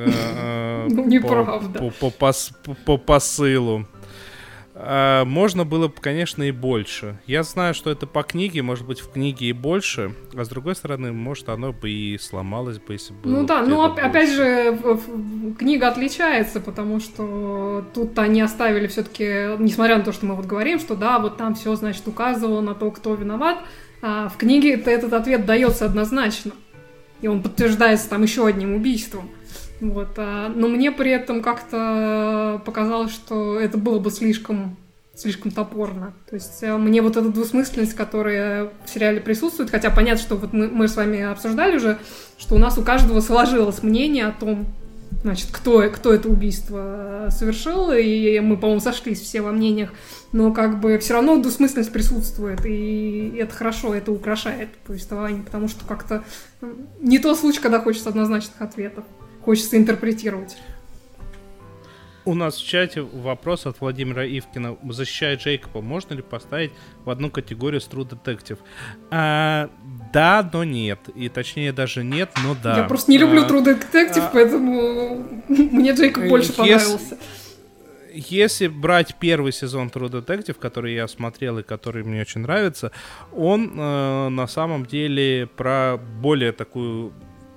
[SPEAKER 2] по посылу. Можно было бы, конечно, и больше. Я знаю, что это по книге, может быть, в книге и больше, а с другой стороны, может, оно бы и сломалось бы, если бы...
[SPEAKER 4] Ну да, но опять же, книга отличается, потому что тут они оставили все-таки, несмотря на то, что мы вот говорим, что да, вот там все, значит, указывало на то, кто виноват, а в книге этот ответ дается однозначно, и он подтверждается там еще одним убийством. Вот, но мне при этом как-то показалось, что это было бы слишком топорно. То есть мне вот эта двусмысленность, которая в сериале присутствует, хотя понятно, что вот мы с вами обсуждали уже, что у нас у каждого сложилось мнение о том, значит, кто это убийство совершил, и мы, по-моему, сошлись все во мнениях, но как бы все равно двусмысленность присутствует, и это хорошо, это украшает повествование, потому что как-то не тот случай, когда хочется однозначных ответов. Хочется интерпретировать.
[SPEAKER 2] У нас в чате вопрос от Владимира Ивкина. Защищая Джейкоба, можно ли поставить в одну категорию с True Detective? Да, но нет. И точнее даже нет, но да.
[SPEAKER 4] Я просто не люблю True Detective, поэтому мне Джейкоб больше понравился.
[SPEAKER 2] Если брать первый сезон True Detective, который я смотрел и который мне очень нравится, он на самом деле про более такую...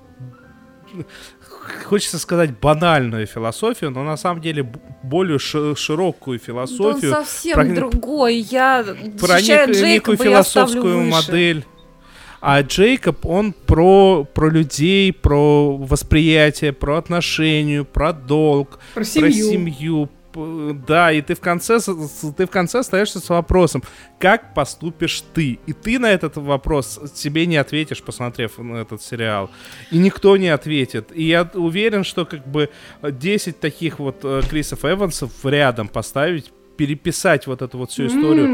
[SPEAKER 2] Хочется сказать банальную философию, но на самом деле более широкую философию.
[SPEAKER 3] Да он совсем другой. Я защищаю Джейкоба,
[SPEAKER 2] некую философскую модель. А Джейкоб, он про людей, про восприятие, про отношения, про долг, про семью. Да, и ты в конце остаешься с вопросом, как поступишь ты? И ты на этот вопрос себе не ответишь, посмотрев на этот сериал. И никто не ответит. И я уверен, что как бы 10 таких вот Крисов Эвансов рядом поставить, переписать вот эту вот всю историю,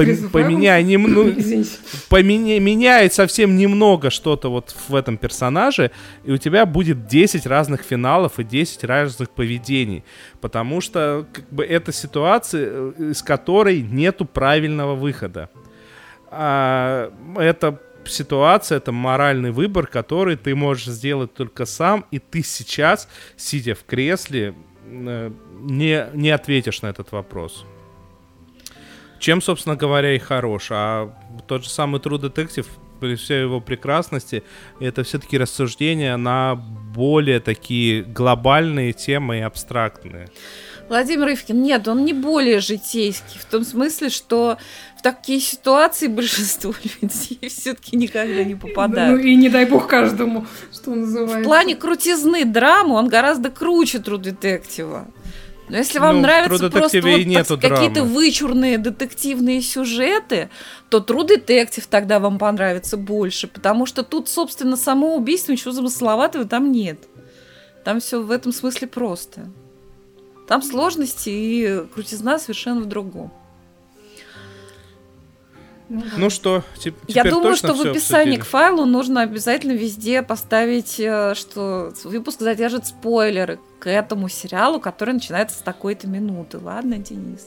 [SPEAKER 2] меняет совсем немного что-то вот в этом персонаже, и у тебя будет 10 разных финалов и 10 разных поведений, потому что как бы это ситуация, из которой нету правильного выхода. Это ситуация, это моральный выбор, который ты можешь сделать только сам, и ты сейчас, сидя в кресле, не ответишь на этот вопрос. Чем, собственно говоря, и хорош. А тот же самый True Detective, при всей его прекрасности, это все-таки рассуждения на более такие глобальные темы и абстрактные.
[SPEAKER 3] Владимир Ивкин, нет, он не более житейский, в том смысле, что в такие ситуации большинство людей все-таки никогда не попадают.
[SPEAKER 4] Ну и не дай бог каждому, что называется.
[SPEAKER 3] В плане крутизны драмы он гораздо круче True Detective. Но если вам нравятся просто вот какие-то вычурные детективные сюжеты, то True Detective тогда вам понравится больше, потому что тут, собственно, само убийство, ничего замысловатого там нет. Там все в этом смысле просто. Там сложности и крутизна совершенно в другом.
[SPEAKER 2] Ну что, теперь
[SPEAKER 3] я думаю,
[SPEAKER 2] точно
[SPEAKER 3] что в описании к файлу нужно обязательно везде поставить, что выпуск содержит спойлеры к этому сериалу, который начинается с такой-то минуты. Ладно, Денис?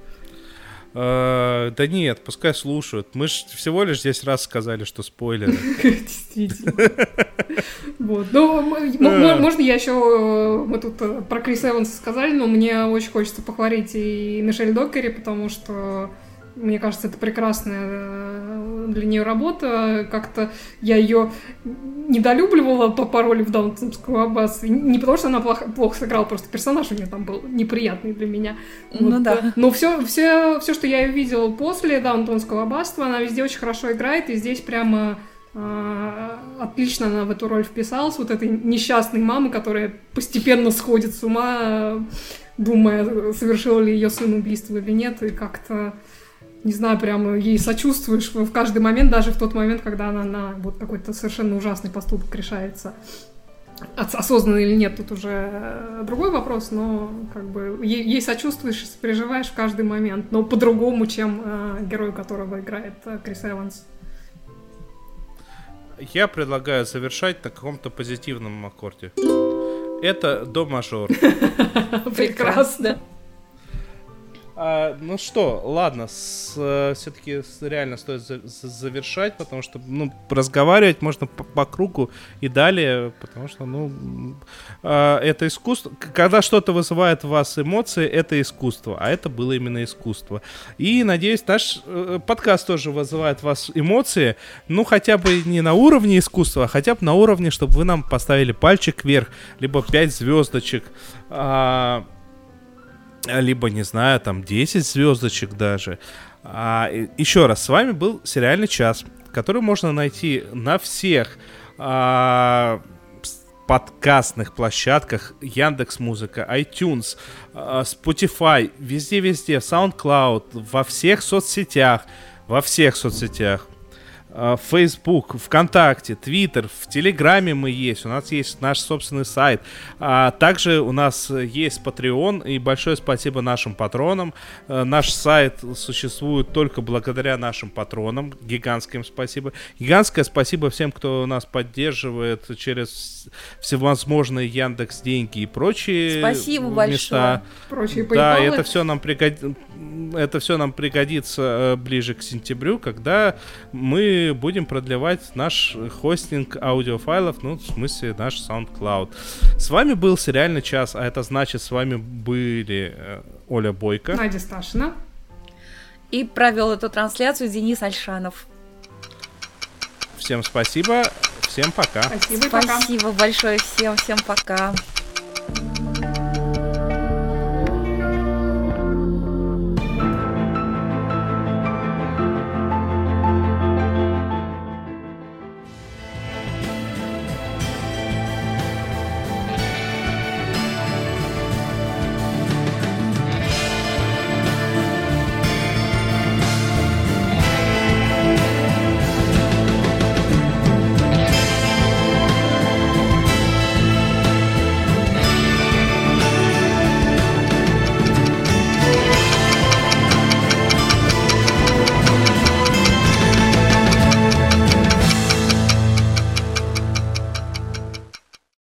[SPEAKER 2] Да нет, пускай слушают. Мы же всего лишь здесь раз сказали, что спойлеры.
[SPEAKER 4] Действительно. Вот. Ну, можно я еще... Мы тут про Криса Эванса сказали, но мне очень хочется похвалить и Мишель Доккери, потому что мне кажется, это прекрасная для нее работа. Как-то я ее недолюбливала по роли в «Даунтонского аббатства». Не потому, что она плохо сыграла, просто персонаж у нее там был неприятный для меня.
[SPEAKER 3] Ну вот. Да.
[SPEAKER 4] Но все, что я ее видела после «Даунтонского аббатства», она везде очень хорошо играет, и здесь прямо отлично она в эту роль вписалась. Вот этой несчастной мамы, которая постепенно сходит с ума, думая, совершил ли ее сын убийство или нет, и как-то... Не знаю, прямо ей сочувствуешь в каждый момент, даже в тот момент, когда она на вот какой-то совершенно ужасный поступок решается. Осознанно или нет, тут уже другой вопрос, но как бы ей сочувствуешь, переживаешь в каждый момент, но по-другому, чем герой, которого играет Крис Эванс.
[SPEAKER 2] я предлагаю завершать на каком-то позитивном аккорде. Это до мажор.
[SPEAKER 4] Прекрасно.
[SPEAKER 2] Ну что, ладно, все-таки реально стоит завершать, потому что, разговаривать можно по кругу и далее, потому что, это искусство. Когда что-то вызывает в вас эмоции, это искусство, а это было именно искусство. И, надеюсь, наш подкаст тоже вызывает в вас эмоции, хотя бы не на уровне искусства, а хотя бы на уровне, чтобы вы нам поставили пальчик вверх, либо 5 звездочек, либо, не знаю, 10 звездочек даже. Еще раз, с вами был Сериальный час, который можно найти на всех подкастных площадках: Яндекс.Музыка, iTunes, Spotify, везде-везде, SoundCloud, во всех соцсетях. Facebook, ВКонтакте, Твиттер, в Телеграме мы есть, у нас есть наш собственный сайт. Также у нас есть Patreon, и большое спасибо нашим патронам. Наш сайт существует только благодаря нашим патронам. Гигантское им спасибо. Гигантское спасибо всем, кто нас поддерживает через всевозможные Яндекс деньги и прочие
[SPEAKER 3] спасибо
[SPEAKER 2] места.
[SPEAKER 3] Большое.
[SPEAKER 2] Да, это все нам пригодится ближе к сентябрю, когда мы будем продлевать наш хостинг аудиофайлов, в смысле наш SoundCloud. С вами был Сериальный час, а это значит, с вами были Оля Бойко,
[SPEAKER 4] Надя Сташина.
[SPEAKER 3] И провел эту трансляцию Денис Альшанов.
[SPEAKER 2] Всем спасибо, всем пока.
[SPEAKER 4] Спасибо, пока.
[SPEAKER 3] Спасибо большое всем пока.